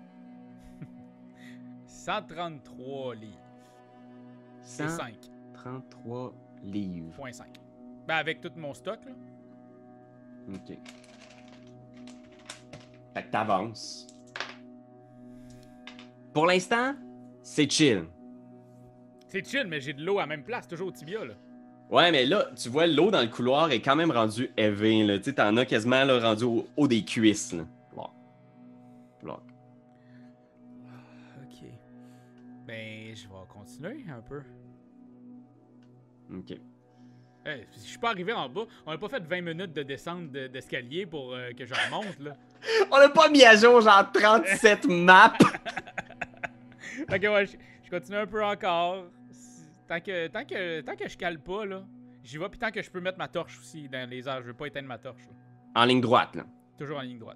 Speaker 2: cent trente-trois livres.
Speaker 1: cent trente-trois livres.
Speaker 2: Point cinq. Ben avec tout mon stock, là.
Speaker 1: Ok. Fait que t'avances. Pour l'instant, c'est chill.
Speaker 2: C'est chill, mais j'ai de l'eau à la même place, toujours au tibia, là.
Speaker 1: Ouais, mais là, tu vois, l'eau dans le couloir est quand même rendue heavy, là. Tu sais, t'en as quasiment là, rendu au haut des cuisses, là. Bloc. Bloc.
Speaker 2: Ok. Ben, je vais continuer un peu.
Speaker 1: Ok.
Speaker 2: Hey, je suis pas arrivé en bas. On a pas fait vingt minutes de descente de, d'escalier pour euh, que je remonte, là.
Speaker 1: On a pas mis à jour genre trente-sept maps!
Speaker 2: Ok, ouais, je, je continue un peu encore. Tant que, tant que, tant que je cale pas, là, j'y vais. Puis tant que je peux mettre ma torche aussi dans les airs. Je veux pas éteindre ma torche, là.
Speaker 1: En ligne droite, là.
Speaker 2: Toujours en ligne droite.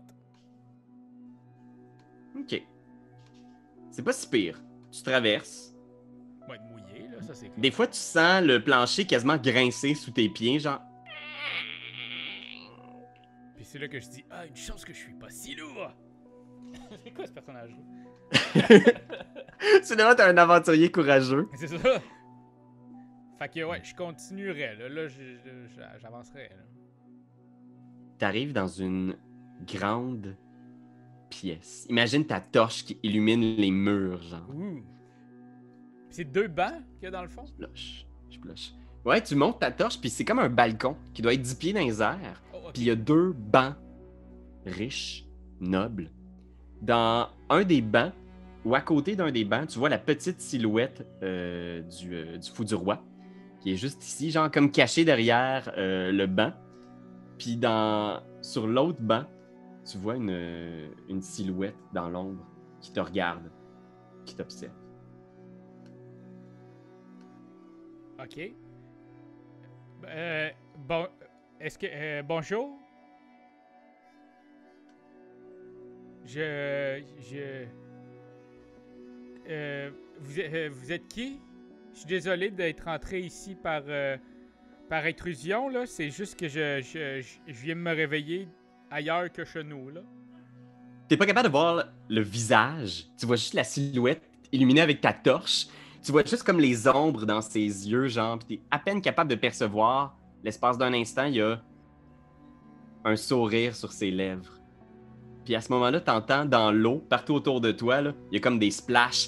Speaker 1: Ok. C'est pas si pire. Tu traverses.
Speaker 2: Va être mouillé, là, ça c'est clair.
Speaker 1: Des fois, tu sens le plancher quasiment grincer sous tes pieds, genre...
Speaker 2: Puis c'est là que je dis, ah, une chance que je suis pas si lourd! C'est quoi ce personnage-là?
Speaker 1: Tu devrais être un aventurier courageux.
Speaker 2: C'est ça! Fait que ouais, je continuerai, là. Là, j'avancerai, là.
Speaker 1: T'arrives dans une grande pièce. Imagine ta torche qui illumine les murs, genre.
Speaker 2: Ouh. C'est deux bancs qu'il y a dans le fond?
Speaker 1: Je blush, je blush. Ouais, tu montes ta torche, puis c'est comme un balcon qui doit être dix pieds dans les airs.
Speaker 2: Oh, ok.
Speaker 1: Puis il y a deux bancs riches, nobles. Dans un des bancs, ou à côté d'un des bancs, tu vois la petite silhouette euh, du, euh, du fou du roi, qui est juste ici, genre comme caché derrière euh, le banc. Puis dans sur l'autre banc, tu vois une, euh, une silhouette dans l'ombre qui te regarde, qui t'observe.
Speaker 2: Ok. Euh, bon, est-ce que euh, bonjour. Je, je, euh, vous, êtes- euh, vous êtes qui? Je suis désolé d'être entré ici par euh, par intrusion là. C'est juste que je, je, je, je viens de me réveiller ailleurs que chez nous là.
Speaker 1: T'es pas capable de voir le visage, tu vois juste la silhouette illuminée avec ta torche. Tu vois juste comme les ombres dans ses yeux, genre, pis t'es à peine capable de percevoir, l'espace d'un instant, il y a un sourire sur ses lèvres. Puis à ce moment-là, t'entends dans l'eau, partout autour de toi, là, il y a comme des splashs.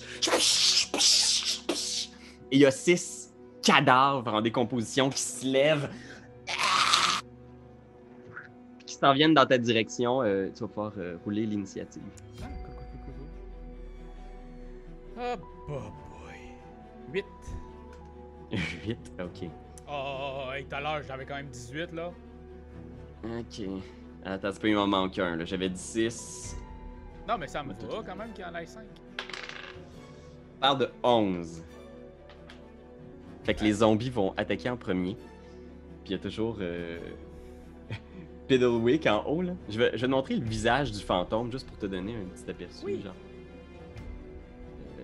Speaker 1: Et il y a six cadavres en décomposition qui se lèvent. Qui s'en viennent dans ta direction. Euh, tu vas pouvoir euh, rouler l'initiative.
Speaker 2: Ah, cool, cool, cool, cool, cool. Oh, bah, boy. huit.
Speaker 1: huit, ok.
Speaker 2: Oh, hey, tout à l'heure, j'avais quand même dix-huit, là.
Speaker 1: Ok. Attends, c'est pas, il m'en manque un, là. J'avais dit six.
Speaker 2: Non, mais ça me
Speaker 1: Tout-
Speaker 2: va quand même qu'il y en ait cinq.
Speaker 1: Je parle de onze. Fait que les zombies vont attaquer en premier. Puis il y a toujours euh... Piddlewick en haut, là. Je vais, je vais te montrer le visage du fantôme juste pour te donner un petit aperçu,
Speaker 2: Oui.
Speaker 1: genre. Euh,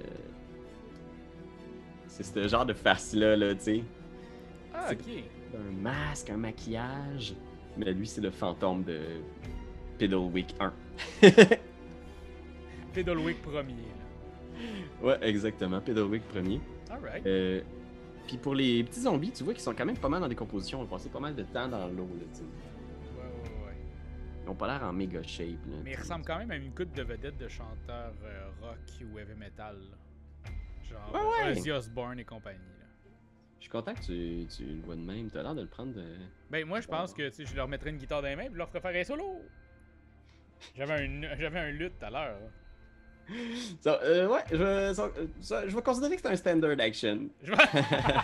Speaker 1: C'est ce genre de face-là, là, tu sais.
Speaker 2: Ah,
Speaker 1: C'est-
Speaker 2: ok.
Speaker 1: Un masque, un maquillage. Mais lui, c'est le fantôme de Piddlewick un.
Speaker 2: Piddlewick premier, là.
Speaker 1: Ouais, exactement. Piddlewick premier.
Speaker 2: Alright.
Speaker 1: Euh, Puis pour les petits zombies, tu vois qu'ils sont quand même pas mal dans des compositions. On a passé pas mal de temps dans l'eau, là, tu sais.
Speaker 2: Ouais, ouais, ouais.
Speaker 1: Ils ont pas l'air en méga shape, là.
Speaker 2: Mais il ressemble quand même à une couple de vedettes de chanteurs euh, rock ou heavy metal, là. Genre
Speaker 1: Ouais, ouais.
Speaker 2: Ozzy Osbourne et compagnie, là.
Speaker 1: Je suis content que tu, tu le vois de même. T'as l'air de le prendre de...
Speaker 2: Ben, moi, je pense que, tu sais, je leur mettrais une guitare dans les mains et je leur ferais faire un solo. J'avais un, j'avais un luth tout à l'heure, là.
Speaker 1: Ça, euh, ouais, je, ça- ça- je vais considérer que c'est un standard action.
Speaker 2: Je vais-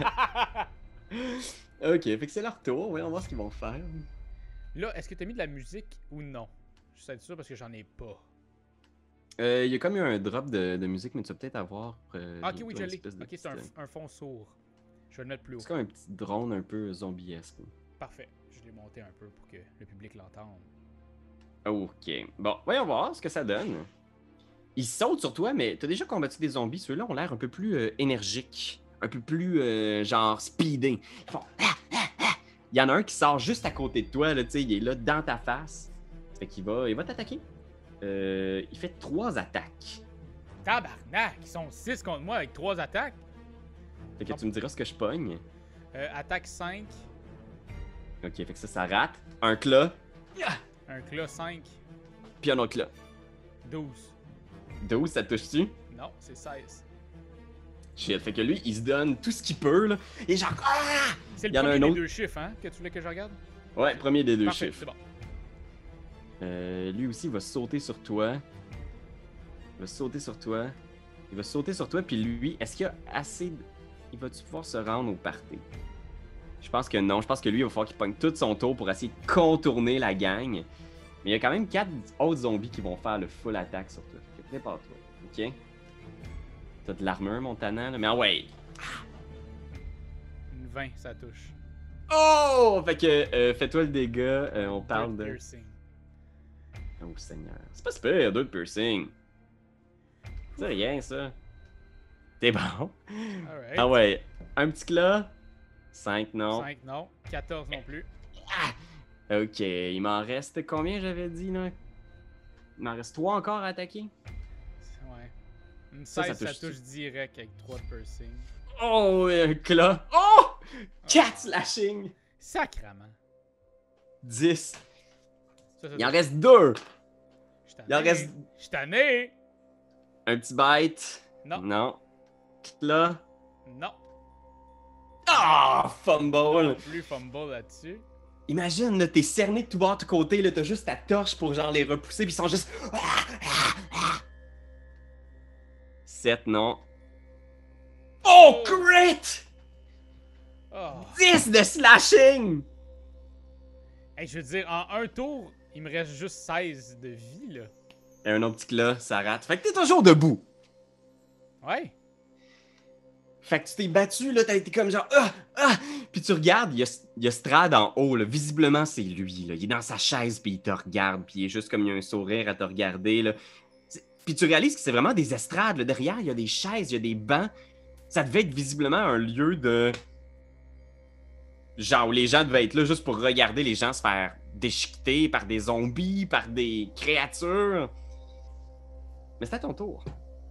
Speaker 1: Ok, fait que c'est leur tour. Ouais, on va voir ce qu'ils vont faire.
Speaker 2: Là, est-ce que t'as mis de la musique ou non? Je sais ça parce que j'en ai pas.
Speaker 1: Euh, Il y a comme eu un drop de, de musique, mais tu vas peut-être avoir. Euh,
Speaker 2: Ah, ok,
Speaker 1: bientôt
Speaker 2: oui,
Speaker 1: une
Speaker 2: je l'ai.
Speaker 1: espèce de
Speaker 2: Ok, c'est un,
Speaker 1: petite-
Speaker 2: un fond sourd. Je vais le mettre plus haut.
Speaker 1: C'est comme un petit drone un peu zombiesque.
Speaker 2: Parfait. Je l'ai monté un peu pour que le public l'entende.
Speaker 1: Ok. Bon, voyons voir ce que ça donne. Ils sautent sur toi, mais t'as déjà combattu des zombies. Ceux-là ont l'air un peu plus euh, énergiques. Un peu plus, euh, genre, speedés. Ils font... Ah, ah, ah. Il y en a un qui sort juste à côté de toi, là, tu sais, il est là, dans ta face. Fait qu'il va, il va t'attaquer. Euh, il fait trois attaques.
Speaker 2: Tabarnak! Ils sont six contre moi avec trois attaques.
Speaker 1: Fait que tu me diras ce que je pogne.
Speaker 2: Euh, attaque cinq.
Speaker 1: Ok, fait que ça, ça rate. Un clat,
Speaker 2: Un clat cinq.
Speaker 1: puis un autre clat.
Speaker 2: douze.
Speaker 1: douze, ça te touche-tu?
Speaker 2: Non, c'est seize.
Speaker 1: Shit, fait que lui, il se donne tout ce qu'il peut, là. Et genre, ah!
Speaker 2: C'est
Speaker 1: Il
Speaker 2: le
Speaker 1: y en a
Speaker 2: premier
Speaker 1: un
Speaker 2: des
Speaker 1: autre.
Speaker 2: deux chiffres, hein, que tu voulais que je regarde?
Speaker 1: Ouais, premier des deux
Speaker 2: Parfait,
Speaker 1: chiffres.
Speaker 2: c'est bon.
Speaker 1: Euh, lui aussi, il va sauter sur toi. Il va sauter sur toi. Il va sauter sur toi, puis lui, est-ce qu'il y a assez... de- Il va-tu pouvoir se rendre au party? Je pense que non. Je pense que lui, il va falloir qu'il pogne tout son tour pour essayer de contourner la gang. Mais il y a quand même quatre autres zombies qui vont faire le full attack sur toi. Fait que prépare-toi, ok? T'as de l'armure, Montana, là? Mais ah ouais!
Speaker 2: Une vingt, ça touche.
Speaker 1: Oh! Fait que, euh, fais-toi le dégât. euh, on parle
Speaker 2: Deux
Speaker 1: de...
Speaker 2: piercing.
Speaker 1: Oh, Seigneur. C'est pas super, deux piercing. C'est rien, ça. T'es bon.
Speaker 2: Alright.
Speaker 1: Ah ouais. Un petit clat. cinq, non.
Speaker 2: cinq, non. quatorze non plus.
Speaker 1: Ok, il m'en reste combien, j'avais dit, là? Il m'en reste trois encore à attaquer.
Speaker 2: Ouais. Une
Speaker 1: Ça,
Speaker 2: seize,
Speaker 1: ça
Speaker 2: ça
Speaker 1: touche-
Speaker 2: touche direct avec trois de piercing.
Speaker 1: Oh, un clat. Oh! quatre slashing.
Speaker 2: Sacrament.
Speaker 1: dix.
Speaker 2: Ça, ça
Speaker 1: Il en
Speaker 2: touche.
Speaker 1: reste deux.
Speaker 2: Je
Speaker 1: Il en reste
Speaker 2: Je suis tanné.
Speaker 1: un petit bite.
Speaker 2: Non.
Speaker 1: Non. Là.
Speaker 2: Non.
Speaker 1: Ah! Fumble!
Speaker 2: Non plus fumble là-dessus.
Speaker 1: Imagine, là, t'es cerné de tout bord, de tout côté, là, t'as juste ta torche pour genre les repousser, puis ils sont juste. sept, non. Oh, crit!
Speaker 2: Oh.
Speaker 1: dix de slashing!
Speaker 2: Hey, je veux dire, en un tour, il me reste juste seize de vie, là.
Speaker 1: Et un autre petit là, ça rate. Fait que t'es toujours debout.
Speaker 2: Ouais.
Speaker 1: Fait que tu t'es battu, là, t'as été comme genre. Ah! Ah! Puis tu regardes, il y a, il y a Strad en haut, là. Visiblement, c'est lui, là. Il est dans sa chaise, puis il te regarde, puis il est juste comme il a un sourire à te regarder, là. C'est- Puis tu réalises que c'est vraiment des estrades, là. Derrière, il y a des chaises, il y a des bancs. Ça devait être visiblement un lieu de. Genre où les gens devaient être là juste pour regarder les gens se faire déchiqueter par des zombies, par des créatures. Mais c'est à ton tour.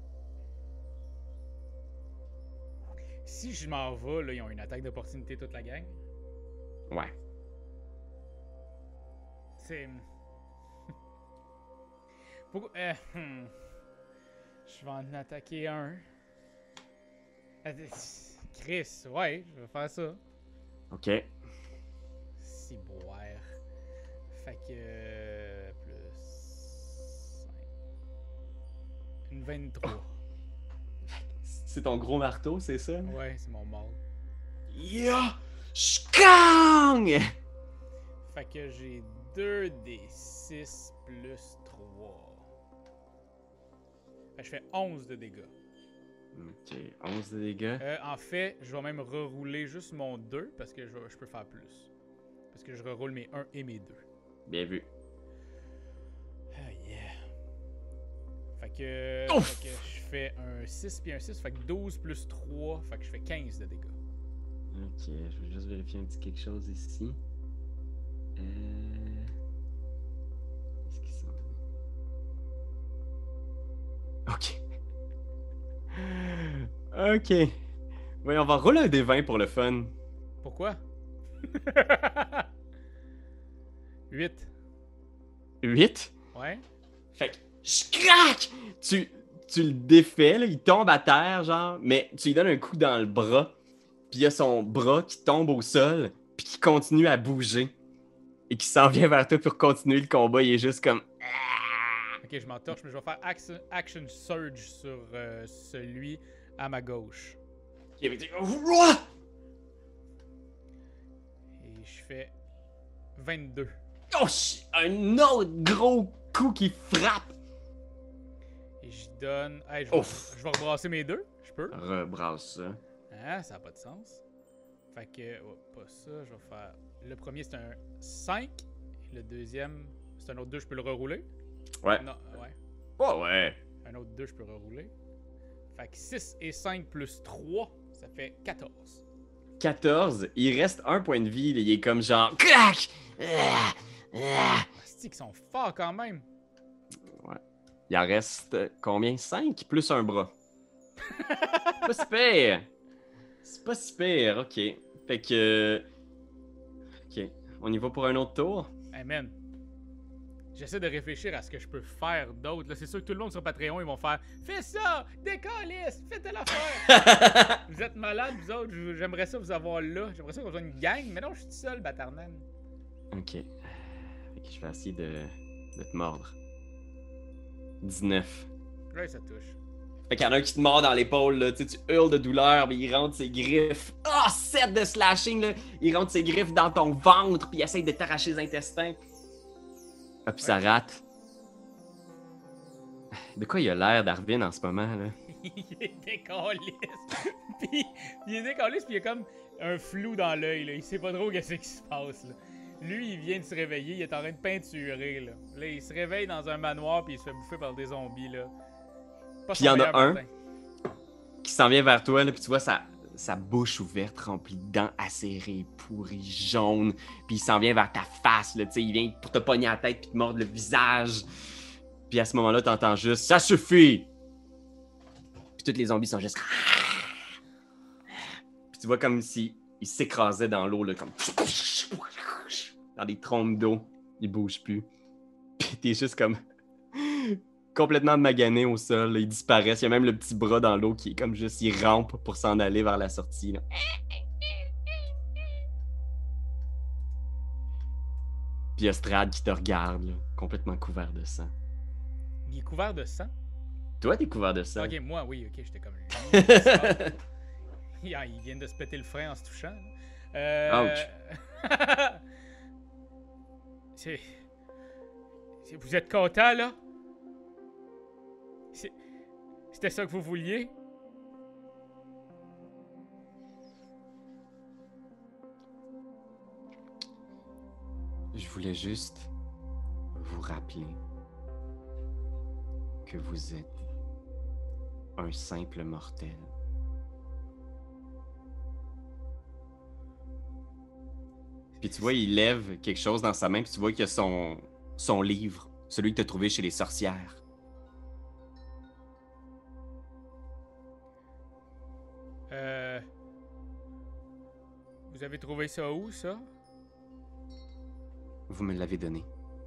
Speaker 2: Si je m'en vais, là, ils ont une attaque d'opportunité toute la gang.
Speaker 1: Ouais.
Speaker 2: C'est... Pourquoi... euh, hmm. Je vais en attaquer un. Euh, Chris, ouais, je vais faire ça.
Speaker 1: OK.
Speaker 2: Si boire. Fait que... euh, plus... cinq. Une vingt-trois.
Speaker 1: C'est ton gros marteau, c'est ça?
Speaker 2: Ouais, c'est mon mort.
Speaker 1: Ya! Shkang!
Speaker 2: Fait que j'ai deux d six plus trois. Fait que je fais onze de dégâts.
Speaker 1: Ok, onze de dégâts.
Speaker 2: Euh, en fait, je vais même rerouler juste mon deux parce que je, vais- je peux faire plus. Parce que je reroule mes un et mes deux.
Speaker 1: Bien vu.
Speaker 2: Ah yeah. Fait que,
Speaker 1: Ouf!
Speaker 2: fait que je fais un six puis un six, fait que douze plus trois, fait que je fais quinze de dégâts.
Speaker 1: Ok, je vais juste vérifier un petit quelque chose ici. Euh... Qu'est-ce qu'ils sont? Ok. Ok. Oui, on va rouler un des vingt pour le fun.
Speaker 2: Pourquoi? huit.
Speaker 1: huit.
Speaker 2: Ouais.
Speaker 1: Fait que, je craque! Tu, tu le défais, là, il tombe à terre, genre, mais tu lui donnes un coup dans le bras, puis il y a son bras qui tombe au sol, puis qui continue à bouger, et qui s'en vient vers toi pour continuer le combat. Il est juste comme.
Speaker 2: Ok, je m'entorche, mais je vais faire action, action Surge sur euh, celui à ma gauche.
Speaker 1: Il avait dit. Ouah!
Speaker 2: Et je fais vingt-deux.
Speaker 1: Oh, shit! Un autre gros coup qui frappe!
Speaker 2: Et je donne. Hey, je, vais,
Speaker 1: Ouf!
Speaker 2: je vais rebrasser mes deux. Je peux.
Speaker 1: Rebrasse ça.
Speaker 2: Ah, ça n'a pas de sens. Fait que. Oh, pas ça. Je vais faire. Le premier, c'est un cinq. Et le deuxième, c'est un autre deux. Je peux le rerouler.
Speaker 1: Ouais.
Speaker 2: Non, ouais.
Speaker 1: Oh, ouais.
Speaker 2: Un autre deux, je peux rerouler. Fait que six et cinq plus trois, ça fait quatorze.
Speaker 1: quatorze. Il reste un point de vie. Là, il est comme genre. Clac! Ah! Ah!
Speaker 2: C'est qu'ils sont forts quand même.
Speaker 1: Ouais. Il en reste euh, combien? cinq plus un bras. C'est pas si pire. C'est pas si pire, ok. Fait que. Ok. On y va pour un autre tour?
Speaker 2: Hey man. J'essaie de réfléchir à ce que je peux faire d'autre. Là, c'est sûr que tout le monde sur Patreon, ils vont faire fais ça, décalisse, fais telle affaire. Vous êtes malades, vous autres. Je- J'aimerais ça vous avoir là. J'aimerais ça qu'on soit une gang. Mais non, je suis tout seul, Batarnan.
Speaker 1: Ok. Fait que je vais essayer de, de te mordre. dix-neuf.
Speaker 2: Là, ça touche.
Speaker 1: Fait qu'il y en a un qui te mord dans l'épaule, là. Tu sais, tu hurles de douleur, mais il rentre ses griffes. Ah, oh, sept de slashing, là. Il rentre ses griffes dans ton ventre, puis il essaye de t'arracher les intestins. Ah, puis ça rate. De quoi il a l'air d'Arvin en ce moment, là?
Speaker 2: Il est décalisse. Puis il est décalisse, puis il y a comme un flou dans l'œil. Là. Il sait pas trop qu'est-ce qui se passe. Là. Lui, il vient de se réveiller. Il est en train de peinturer. Là, là il se réveille dans un manoir, puis il se fait bouffer par des zombies. Là. Pas
Speaker 1: Puis il y
Speaker 2: son
Speaker 1: en a
Speaker 2: meilleur
Speaker 1: un
Speaker 2: matin.
Speaker 1: qui s'en vient vers toi, là, puis tu vois sa, sa bouche ouverte, remplie de dents acérées, pourries, jaunes, puis il s'en vient vers ta face, là, tu sais, il vient pour te pogner la tête puis te mordre le visage. Puis à ce moment-là, t'entends juste « Ça suffit! » Puis tous les zombies sont juste... Puis tu vois comme si ils s'écrasaient dans l'eau, là, comme... Dans des trompes d'eau. Ils bougent plus. Puis t'es juste comme... complètement magané au sol. Là, ils disparaissent. Il y a même le petit bras dans l'eau qui est comme juste, il rampe pour s'en aller vers la sortie. Là. Puis il y a Strad qui te regarde, là, complètement couvert de sang.
Speaker 2: Il est couvert de sang?
Speaker 1: Toi, t'es couvert de sang.
Speaker 2: Ok, moi, oui, ok, j'étais comme... Ils il viennent de se péter le frein en se touchant. Euh...
Speaker 1: Ouch.
Speaker 2: C'est... C'est- Vous êtes content, là? C'est- C'était ça que vous vouliez?
Speaker 1: Je voulais juste vous rappeler que vous êtes un simple mortel. Puis tu vois, il lève quelque chose dans sa main, puis tu vois qu'il y a son, son livre, celui que tu as trouvé chez les sorcières.
Speaker 2: Euh... Vous avez trouvé ça où, ça?
Speaker 1: Vous me l'avez donné.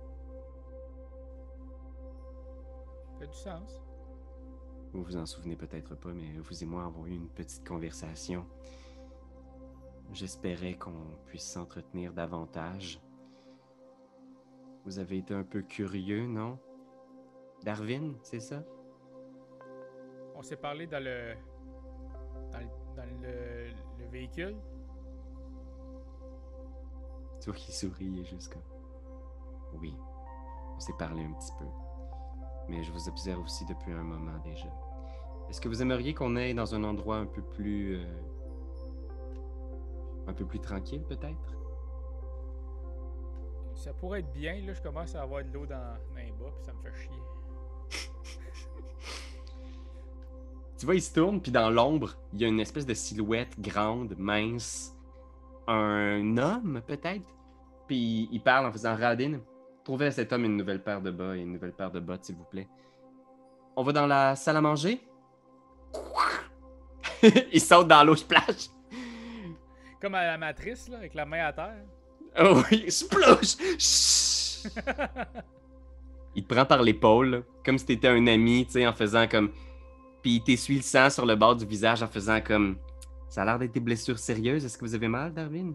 Speaker 2: Ça fait du sens.
Speaker 1: Vous vous en souvenez peut-être pas, mais vous et moi avons eu une petite conversation. J'espérais qu'on puisse s'entretenir davantage. Vous avez été un peu curieux, non? Darwin, c'est ça?
Speaker 2: On s'est parlé dans le... Dans le, dans le, le véhicule.
Speaker 1: Tu vois qu'il sourit, il est juste comme... Oui, on s'est parlé un petit peu. Mais je vous observe aussi depuis un moment déjà. Est-ce que vous aimeriez qu'on aille dans un endroit un peu plus... Euh, un peu plus tranquille, peut-être?
Speaker 2: Ça pourrait être bien, là, je commence à avoir de l'eau dans, dans les bas, puis ça me fait chier.
Speaker 1: Tu vois, il se tourne, puis dans l'ombre, il y a une espèce de silhouette grande, mince. Un homme, peut-être? Puis il parle en faisant Radin. Trouvez à cet homme une nouvelle paire de bas et une nouvelle paire de bottes, s'il vous plaît. On va dans la salle à manger? Il saute dans l'eau, splash!
Speaker 2: Comme à la matrice, là, avec la main à terre.
Speaker 1: Oh oui, splosh! Chut! Il te prend par l'épaule, là, comme si t'étais un ami, tu sais, en faisant comme... Puis il t'essuie le sang sur le bord du visage en faisant comme... Ça a l'air d'être des blessures sérieuses. Est-ce que vous avez mal, Darwin?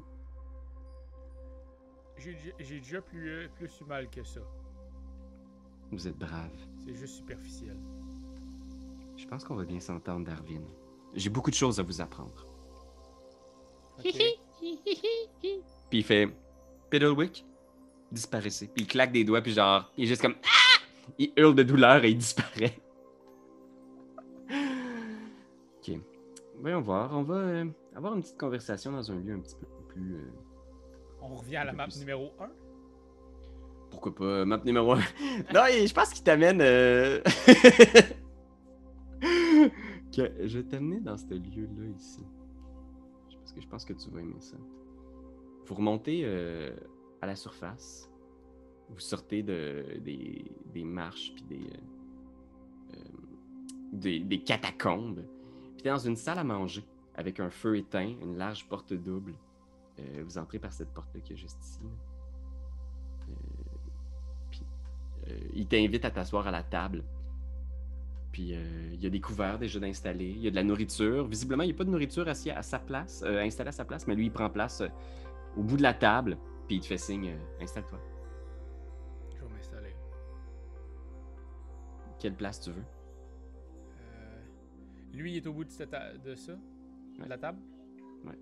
Speaker 2: J'ai j'ai déjà plus, plus eu mal que ça.
Speaker 1: Vous êtes brave.
Speaker 2: C'est juste superficiel.
Speaker 1: Je pense qu'on va bien s'entendre, Darwin. J'ai beaucoup de choses à vous apprendre.
Speaker 2: Ok.
Speaker 1: Puis il fait... Piddlewick, disparaissez. Puis il claque des doigts, puis genre... Il est juste comme... Ah! Il hurle de douleur et il disparaît. Ok. Voyons voir. On va euh, avoir une petite conversation dans un lieu un petit peu plus... Euh...
Speaker 2: On revient à la
Speaker 1: peu
Speaker 2: map
Speaker 1: plus-
Speaker 2: numéro un.
Speaker 1: Pourquoi pas? Map numéro un. Non, et je pense qu'il t'amène... Euh... que je vais t'amener dans ce lieu-là, ici. Parce que je pense que tu vas aimer ça. Vous remontez euh, à la surface. Vous sortez de, des, des marches puis des, euh, euh, des, des catacombes. Puis t'es dans une salle à manger avec un feu éteint, une large porte double. Euh, vous entrez par cette porte-là qui est juste ici. Euh, puis euh, il t'invite à t'asseoir à la table. Puis euh, il y a des couverts déjà d'installer. Il y a de la nourriture. Visiblement, il n'y a pas de nourriture assis à sa place, euh, installée à sa place, mais lui, il prend place euh, au bout de la table. Puis il te fait signe, euh, installe-toi.
Speaker 2: Je vais m'installer.
Speaker 1: Quelle place tu veux?
Speaker 2: Euh, lui, il est au bout de, cette ta- de ça?
Speaker 1: Ouais.
Speaker 2: De la table?
Speaker 1: Ouais.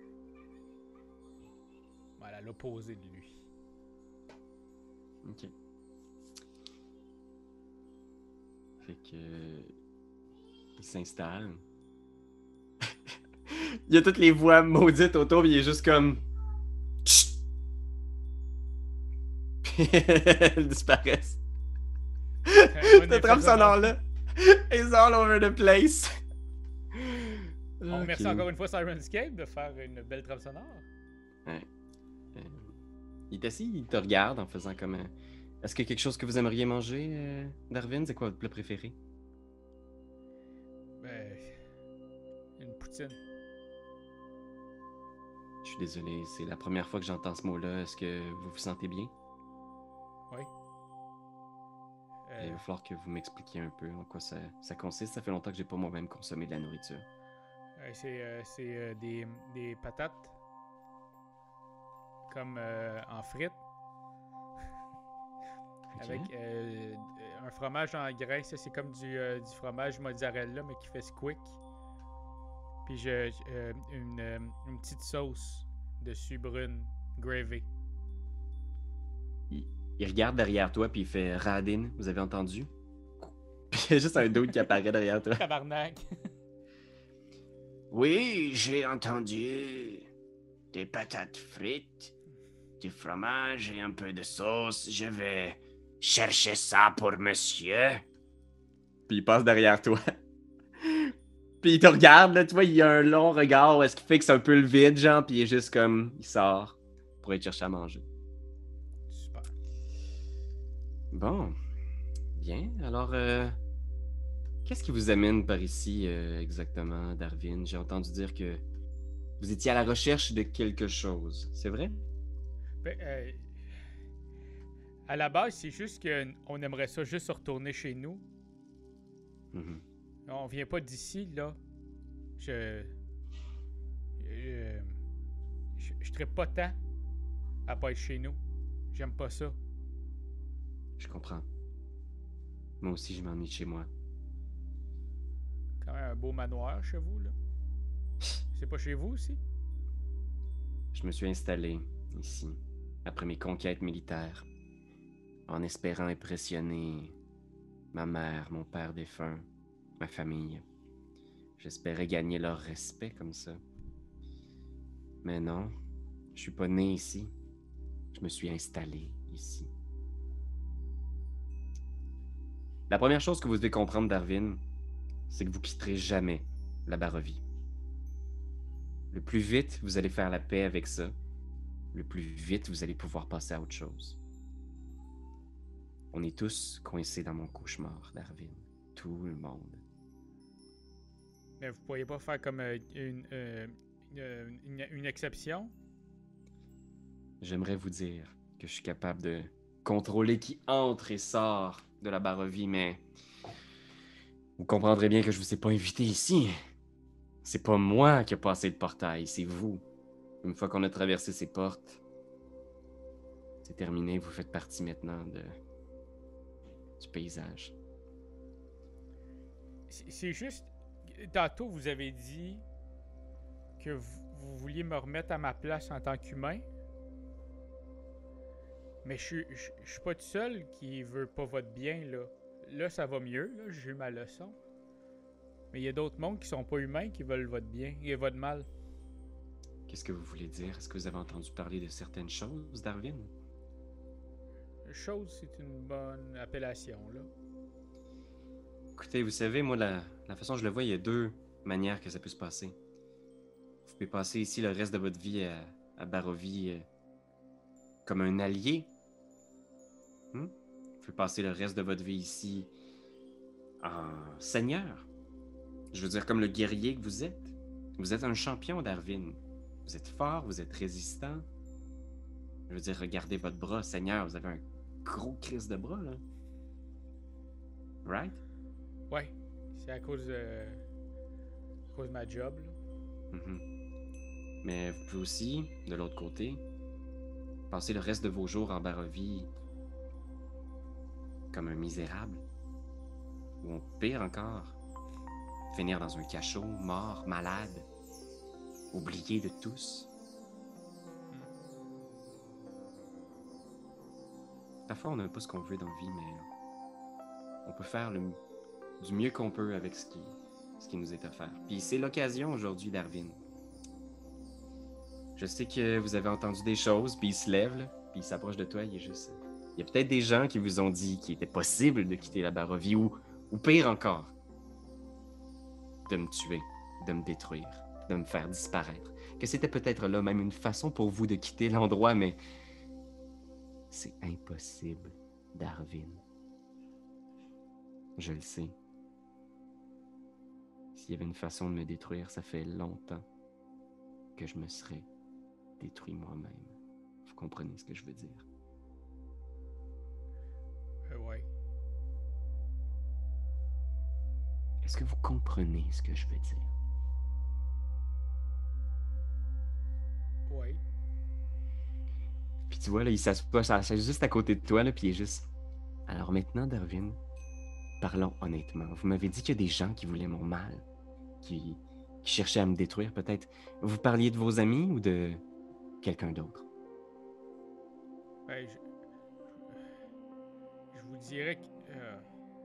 Speaker 2: Voilà, à l'opposé de lui.
Speaker 1: Ok. Fait que... euh, il s'installe. Il y a toutes les voix maudites autour, puis il est juste comme... Chut! Puis elles disparaissent. Cette trame sonore-là is all over the place.
Speaker 2: On remercie
Speaker 1: Ok.
Speaker 2: encore une fois Sirenscape de faire une belle trame sonore.
Speaker 1: Ouais. Euh, il est assis, il te regarde en faisant comme... un- Est-ce qu'il y a quelque chose que vous aimeriez manger, euh, Darwin? C'est quoi votre plat préféré?
Speaker 2: Ben, une poutine.
Speaker 1: Je suis désolé, c'est la première fois que j'entends ce mot-là. Est-ce que vous vous sentez bien?
Speaker 2: Oui. Euh,
Speaker 1: Il va falloir que vous m'expliquiez un peu en quoi ça, ça consiste. Ça fait longtemps que j'ai pas moi-même consommé de la nourriture.
Speaker 2: euh, c'est euh, c'est, euh, des, des patates comme euh, en frites
Speaker 1: Ok.
Speaker 2: avec euh, un fromage en grains. Ça, c'est comme du, euh, du fromage mozzarella, mais qui fait squick. Puis je, je- euh, une, euh, une petite sauce dessus brune, gravy.
Speaker 1: Il, il regarde derrière toi puis il fait Radin, vous avez entendu? Puis il y a juste un doute qui apparaît derrière toi.
Speaker 2: Tabarnak.
Speaker 1: Oui, j'ai entendu. Des patates frites, du fromage et un peu de sauce. Je vais chercher ça pour monsieur. Puis il passe derrière toi. Puis il te regarde, là, tu vois, il y a un long regard où est-ce qu'il fixe un peu le vide, genre, puis il est juste comme, il sort pour aller chercher à manger.
Speaker 2: Super.
Speaker 1: Bon, bien, alors, euh, qu'est-ce qui vous amène par ici euh, exactement, Darwin? J'ai entendu dire que vous étiez à la recherche de quelque chose, c'est vrai?
Speaker 2: Ben, euh, à la base, c'est juste qu'on aimerait ça juste se retourner chez nous.
Speaker 1: Mhm.
Speaker 2: On vient pas d'ici, là. Je. Je. Je, je trippe pas tant à pas être chez nous. J'aime pas ça.
Speaker 1: Je comprends. Moi aussi, je m'ennuie de chez moi.
Speaker 2: Quand même un beau manoir chez vous, là. C'est pas chez vous aussi?
Speaker 1: Je me suis installé ici, après mes conquêtes militaires, en espérant impressionner ma mère, mon père défunt, ma famille. J'espérais gagner leur respect comme ça. Mais non, je suis pas né ici. Je me suis installé ici. La première chose que vous devez comprendre, Darwin, c'est que vous quitterez jamais la Barovie. Le plus vite vous allez faire la paix avec ça, le plus vite vous allez pouvoir passer à autre chose. On est tous coincés dans mon cauchemar, Darwin. Tout le monde.
Speaker 2: Mais vous pourriez pas faire comme euh, une, euh, une, une, une exception?
Speaker 1: J'aimerais vous dire que je suis capable de contrôler qui entre et sort de la Barovie, mais vous comprendrez bien que je vous ai pas invité ici. C'est pas moi qui ai passé le portail, c'est vous. Une fois qu'on a traversé ces portes, c'est terminé, vous faites partie maintenant de... du paysage.
Speaker 2: C'est c'est juste. Tantôt, vous avez dit que vous, vous vouliez me remettre à ma place en tant qu'humain. Mais je suis- je je suis pas tout seul qui veut pas votre bien, là. Là, ça va mieux, là. J'ai eu ma leçon. Mais il y a d'autres mondes qui sont pas humains qui veulent votre bien et votre mal.
Speaker 1: Qu'est-ce que vous voulez dire? Est-ce que vous avez entendu parler de certaines choses, Darwin?
Speaker 2: Chose, c'est une bonne appellation, là.
Speaker 1: Écoutez, vous savez, moi, la, la façon dont je le vois, il y a deux manières que ça peut se passer. Vous pouvez passer ici le reste de votre vie à, à Barovie euh, comme un allié. Hmm? Vous pouvez passer le reste de votre vie ici en seigneur. Je veux dire, comme le guerrier que vous êtes. Vous êtes un champion, Darwin. Vous êtes fort, vous êtes résistant. Je veux dire, regardez votre bras, seigneur, vous avez un gros crise de bras, là. Right?
Speaker 2: Ouais, c'est à cause de. à cause de ma job, là.
Speaker 1: Mhm. Mais vous pouvez aussi, de l'autre côté, passer le reste de vos jours en Barovie comme un misérable. Ou pire encore, finir dans un cachot, mort, malade, oublié de tous. Parfois, on n'a pas ce qu'on veut dans la vie, mais on peut faire le, du mieux qu'on peut avec ce qui, ce qui nous est offert. Puis c'est l'occasion aujourd'hui, Darwin. Je sais que vous avez entendu des choses, puis il se lève, là, puis il s'approche de toi, il est juste... Il y a peut-être des gens qui vous ont dit qu'il était possible de quitter la Barovie, ou, ou pire encore, de me tuer, de me détruire, de me faire disparaître. Que c'était peut-être là même une façon pour vous de quitter l'endroit, mais c'est impossible, Darwin. Je le sais. S'il y avait une façon de me détruire, ça fait longtemps que je me serais détruit moi-même. Vous comprenez ce que je veux dire?
Speaker 2: Euh, ouais.
Speaker 1: Est-ce que vous comprenez ce que je veux dire?
Speaker 2: Oui.
Speaker 1: Puis tu vois, là, il s'assoit, s'assoit juste à côté de toi, là, puis il est juste... Alors maintenant, Darwin, parlons honnêtement. Vous m'avez dit qu'il y a des gens qui voulaient mon mal, qui, qui cherchaient à me détruire, peut-être. Vous parliez de vos amis ou de quelqu'un d'autre?
Speaker 2: Ben, je, je vous dirais que euh,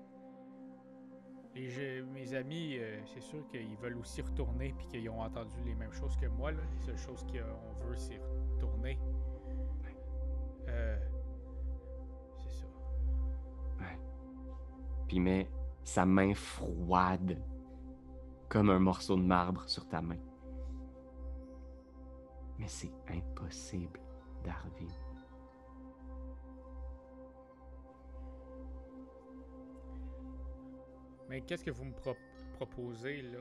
Speaker 2: les, je- mes amis, euh, c'est sûr qu'ils veulent aussi retourner puis qu'ils ont entendu les mêmes choses que moi. Là. Les seules choses qu'on veut, c'est retourner. Euh, c'est ça.
Speaker 1: Ouais. Puis il met sa main froide, comme un morceau de marbre sur ta main. Mais c'est impossible, Darwin.
Speaker 2: Mais qu'est-ce que vous me pro- proposez, là?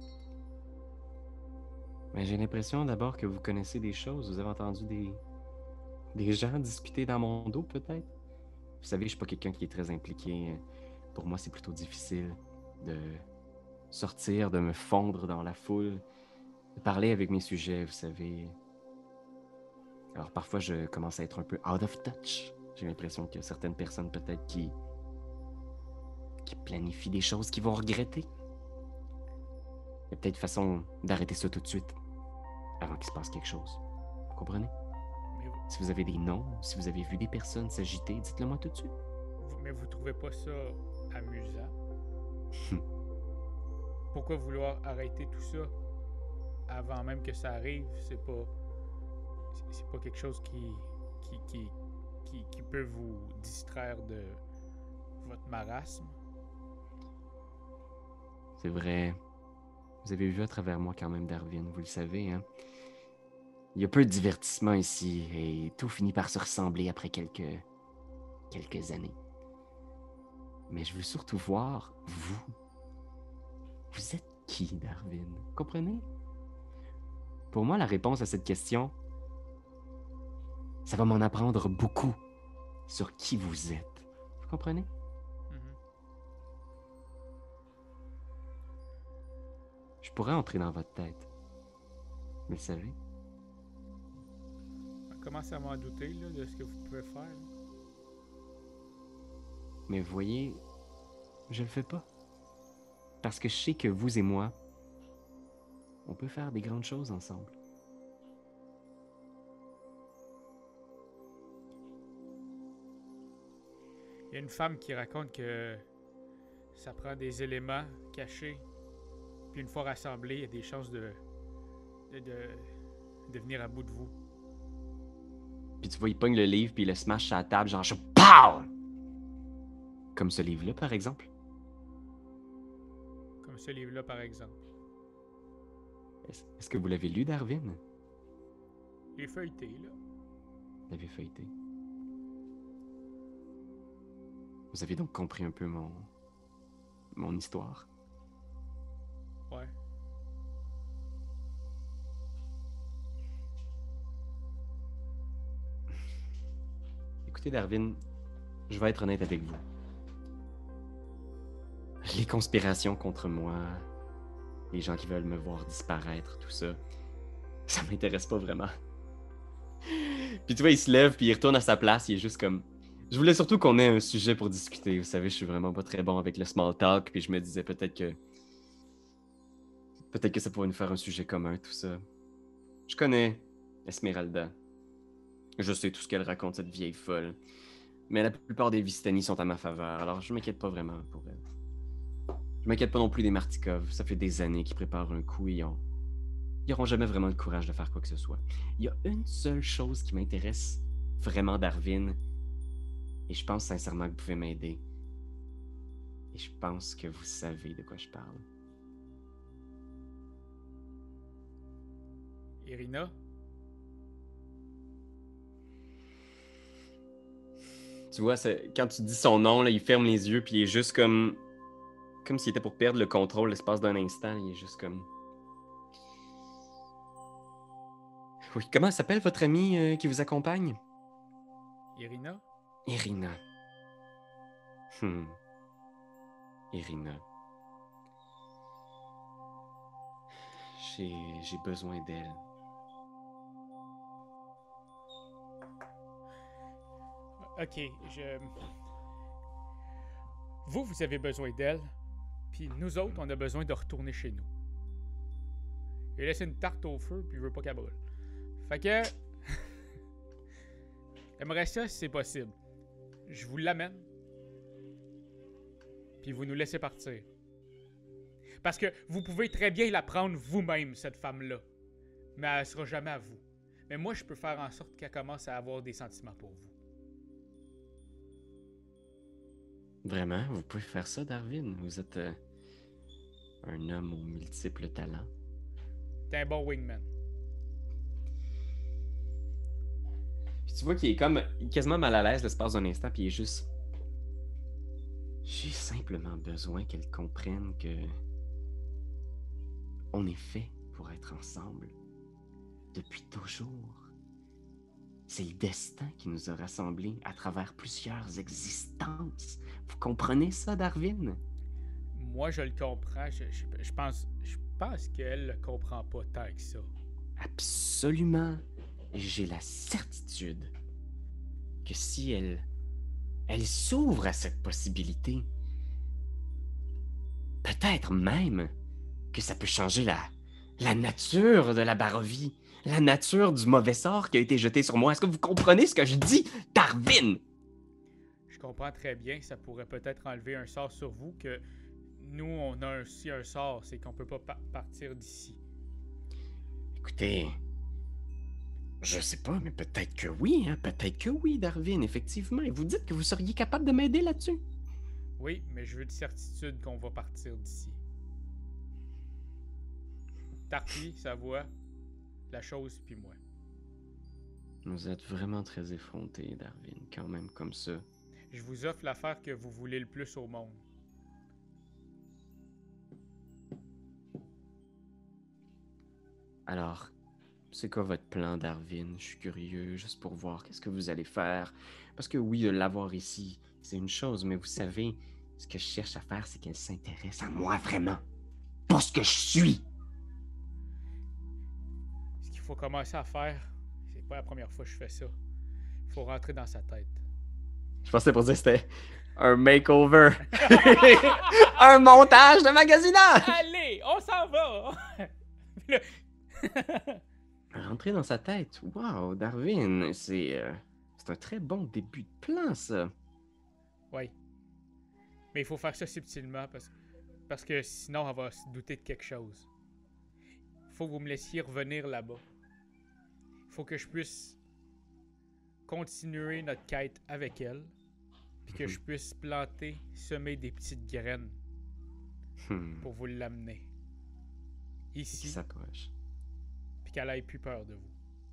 Speaker 1: Mais j'ai l'impression d'abord que vous connaissez des choses. Vous avez entendu des, des gens discuter dans mon dos, peut-être? Vous savez, je suis pas quelqu'un qui est très impliqué. Pour moi, c'est plutôt difficile de sortir, de me fondre dans la foule, de parler avec mes sujets, vous savez. Alors parfois, je commence à être un peu out of touch. J'ai l'impression qu'il y a certaines personnes peut-être qui qui planifient des choses qu'ils vont regretter. Il y a peut-être façon d'arrêter ça tout de suite, avant qu'il se passe quelque chose. Vous comprenez?
Speaker 2: Mais vous,
Speaker 1: Si vous avez des noms, si vous avez vu des personnes s'agiter, dites-le moi tout de suite.
Speaker 2: vous- mais vous trouvez pas ça amusant? Pourquoi vouloir arrêter tout ça avant même que ça arrive? C'est pas, c'est- c'est pas quelque chose qui, qui, qui, qui, qui peut vous distraire de votre marasme.
Speaker 1: C'est vrai. Vous avez vu à travers moi quand même, Darwin, vous le savez, hein? Il y a peu de divertissement ici et tout finit par se ressembler après quelques... quelques années. Mais je veux surtout voir, vous. Vous êtes qui, Darwin? Vous comprenez? Pour moi, la réponse à cette question, ça va m'en apprendre beaucoup sur qui vous êtes. Vous comprenez?
Speaker 2: Mhm.
Speaker 1: Je pourrais entrer dans votre tête. Vous le savez?
Speaker 2: Je commence à m'en douter là, de ce que vous pouvez faire. là.
Speaker 1: Mais vous voyez, je le fais pas. Parce que je sais que vous et moi, on peut faire des grandes choses ensemble.
Speaker 2: Il y a une femme qui raconte que ça prend des éléments cachés, puis une fois rassemblés, il y a des chances de, de, de, de venir à bout de vous.
Speaker 1: Puis tu vois, il pogne le livre puis il le smash sur la table, genre je POW! Comme ce livre-là, par exemple.
Speaker 2: Comme ce livre-là, par exemple.
Speaker 1: Est-ce est-ce que vous l'avez lu, Darwin?
Speaker 2: Les feuilletés, là.
Speaker 1: Vous l'avez feuilleté. Vous avez donc compris un peu mon... mon histoire.
Speaker 2: Ouais.
Speaker 1: Écoutez, Darwin, je vais être honnête avec vous. Les conspirations contre moi, les gens qui veulent me voir disparaître, tout ça, ça m'intéresse pas vraiment. Puis tu vois, il se lève, puis il retourne à sa place, il est juste comme... Je voulais surtout qu'on ait un sujet pour discuter. Vous savez, je suis vraiment pas très bon avec le small talk, puis je me disais peut-être que... Peut-être que ça pourrait nous faire un sujet commun, tout ça. Je connais Esmeralda. Je sais tout ce qu'elle raconte, cette vieille folle. Mais la plupart des Vistani sont à ma faveur, alors je m'inquiète pas vraiment pour elle. Je m'inquiète pas non plus des Martikov. Ça fait des années qu'ils préparent un coup et ils ont... Ils n'auront jamais vraiment le courage de faire quoi que ce soit. Il y a une seule chose qui m'intéresse vraiment, Darwin, et je pense sincèrement que vous pouvez m'aider. Et je pense que vous savez de quoi je parle.
Speaker 2: Irina?
Speaker 1: Tu vois, quand tu dis son nom, là, il ferme les yeux, puis il est juste comme... Comme s'il était pour perdre le contrôle l'espace d'un instant. Il est juste comme... Oui, comment s'appelle votre amie euh, qui vous accompagne?
Speaker 2: Irina?
Speaker 1: Irina. Hmm. Irina. J'ai, j'ai besoin d'elle.
Speaker 2: Ok, je... Vous, vous avez besoin d'elle, puis nous autres, on a besoin de retourner chez nous. Il a laissé une tarte au feu, puis il veut pas qu'elle brûle. Fait que... J'aimerais ça si c'est possible. Je vous l'amène, puis vous nous laissez partir. Parce que vous pouvez très bien la prendre vous-même, cette femme-là. Mais elle sera jamais à vous. Mais moi, je peux faire en sorte qu'elle commence à avoir des sentiments pour vous.
Speaker 1: Vraiment, vous pouvez faire ça, Darwin? Vous êtes euh, un homme aux multiples talents.
Speaker 2: T'es un bon wingman.
Speaker 1: Puis tu vois qu'il est comme quasiment mal à l'aise l'espace d'un instant, puis il est juste... J'ai simplement besoin qu'elle comprenne que... On est fait pour être ensemble. Depuis toujours. C'est le destin qui nous a rassemblés à travers plusieurs existences. Vous comprenez ça, Darwin?
Speaker 2: Moi, je le comprends. Je, je, je pense, je pense qu'elle le comprend pas tant que ça.
Speaker 1: Absolument. J'ai la certitude que si elle... Elle s'ouvre à cette possibilité, peut-être même que ça peut changer la, la nature de la Barovie, la nature du mauvais sort qui a été jeté sur moi. Est-ce que vous comprenez ce que je dis, Darwin?
Speaker 2: Je comprends très bien que ça pourrait peut-être enlever un sort sur vous, que nous, on a aussi un sort, c'est qu'on peut pas pa- partir d'ici.
Speaker 1: Écoutez, je sais pas, mais peut-être que oui, hein? Peut-être que oui, Darwin, effectivement. Et vous dites que vous seriez capable de m'aider là-dessus?
Speaker 2: Oui, mais je veux de certitude qu'on va partir d'ici. Tarpi, sa voix, la chose, puis moi.
Speaker 1: Vous êtes vraiment très effronté, Darwin, quand même, comme ça.
Speaker 2: Je vous offre l'affaire que vous voulez le plus au monde.
Speaker 1: Alors, c'est quoi votre plan, Darwin? Je suis curieux, juste pour voir qu'est-ce que vous allez faire. Parce que oui, de l'avoir ici, c'est une chose, mais vous savez, ce que je cherche à faire, c'est qu'elle s'intéresse à moi vraiment. Pas ce que je suis!
Speaker 2: Ce qu'il faut commencer à faire, c'est pas la première fois que je fais ça. Il faut rentrer dans sa tête.
Speaker 1: Je pensais pour dire que c'était un makeover. Un montage de magasinage!
Speaker 2: Allez, on s'en va!
Speaker 1: Rentrer dans sa tête. Wow, Darwin, c'est euh, c'est un très bon début de plan, ça.
Speaker 2: Oui. Mais il faut faire ça subtilement parce, parce que sinon, on va se douter de quelque chose. Il faut que vous me laissiez revenir là-bas. Il faut que je puisse continuer notre quête avec elle. Puis que je puisse planter, semer des petites graines
Speaker 1: Hmm.
Speaker 2: pour vous l'amener.
Speaker 1: Qui
Speaker 2: Ici,
Speaker 1: s'approche.
Speaker 2: puis qu'elle ait plus peur de vous.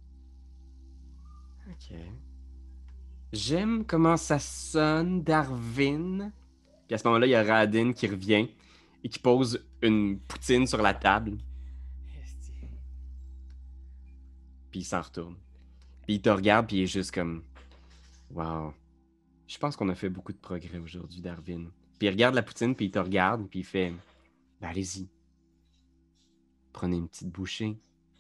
Speaker 1: Ok. J'aime comment ça sonne, Darwin. Puis à ce moment-là, il y a Radin qui revient et qui pose une poutine sur la table.
Speaker 2: Esti.
Speaker 1: Puis il s'en retourne. Puis il te regarde, puis il est juste comme... Wow. Je pense qu'on a fait beaucoup de progrès aujourd'hui, Darwin. Puis il regarde la poutine, puis il te regarde, puis il fait... Ben, allez-y. Prenez une petite bouchée.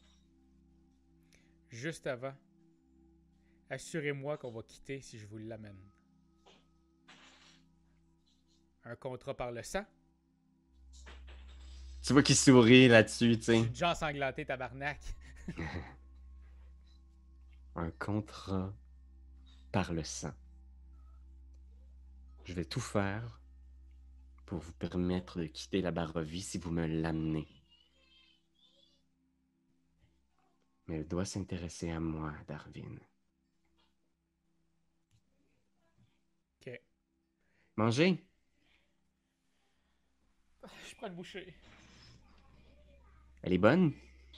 Speaker 2: Juste avant, assurez-moi qu'on va quitter si je vous l'amène. Un contrat par le sang?
Speaker 1: Tu vois qu'il sourit là-dessus, tu
Speaker 2: Je
Speaker 1: sais.
Speaker 2: suis déjà ensanglanté, tabarnak.
Speaker 1: Un contrat par le sang. Je vais tout faire pour vous permettre de quitter la Barovie si vous me l'amenez. Mais elle doit s'intéresser à moi, Darwin.
Speaker 2: Ok.
Speaker 1: Mangez!
Speaker 2: Je prends une bouchée.
Speaker 1: Elle est bonne?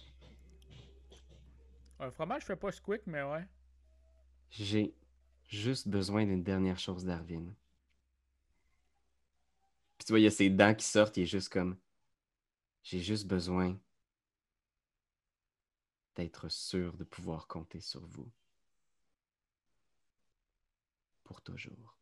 Speaker 2: Un fromage fait pas squick, mais ouais.
Speaker 1: J'ai juste besoin d'une dernière chose, Darwin. Puis tu vois, il y a ses dents qui sortent, il est juste comme... J'ai juste besoin d'être sûr de pouvoir compter sur vous. Pour toujours.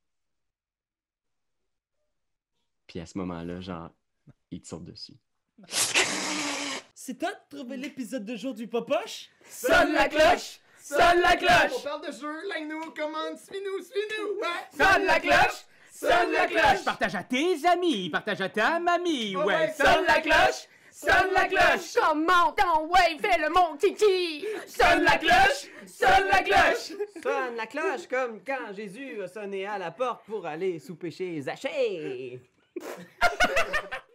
Speaker 1: Puis à ce moment-là, genre, il te saute dessus.
Speaker 3: C'est toi de trouver l'épisode de jour du Popoche?
Speaker 4: Sonne la cloche! Sonne la
Speaker 5: On
Speaker 4: cloche!
Speaker 5: parle de jeu, like-nous, commande, suis-nous, suis-nous! Ouais!
Speaker 4: Sonne la cloche! Sonne la cloche!
Speaker 2: Partage à tes amis, partage à ta mamie,
Speaker 5: Oh,
Speaker 2: ouais.
Speaker 5: ouais,
Speaker 4: Sonne la cloche! Sonne la cloche!
Speaker 6: Comment ton ouais, fais le mon kiki!
Speaker 4: Sonne la cloche! Sonne la cloche!
Speaker 7: Sonne la cloche comme quand Jésus a sonné à la porte pour aller souper chez Zachée.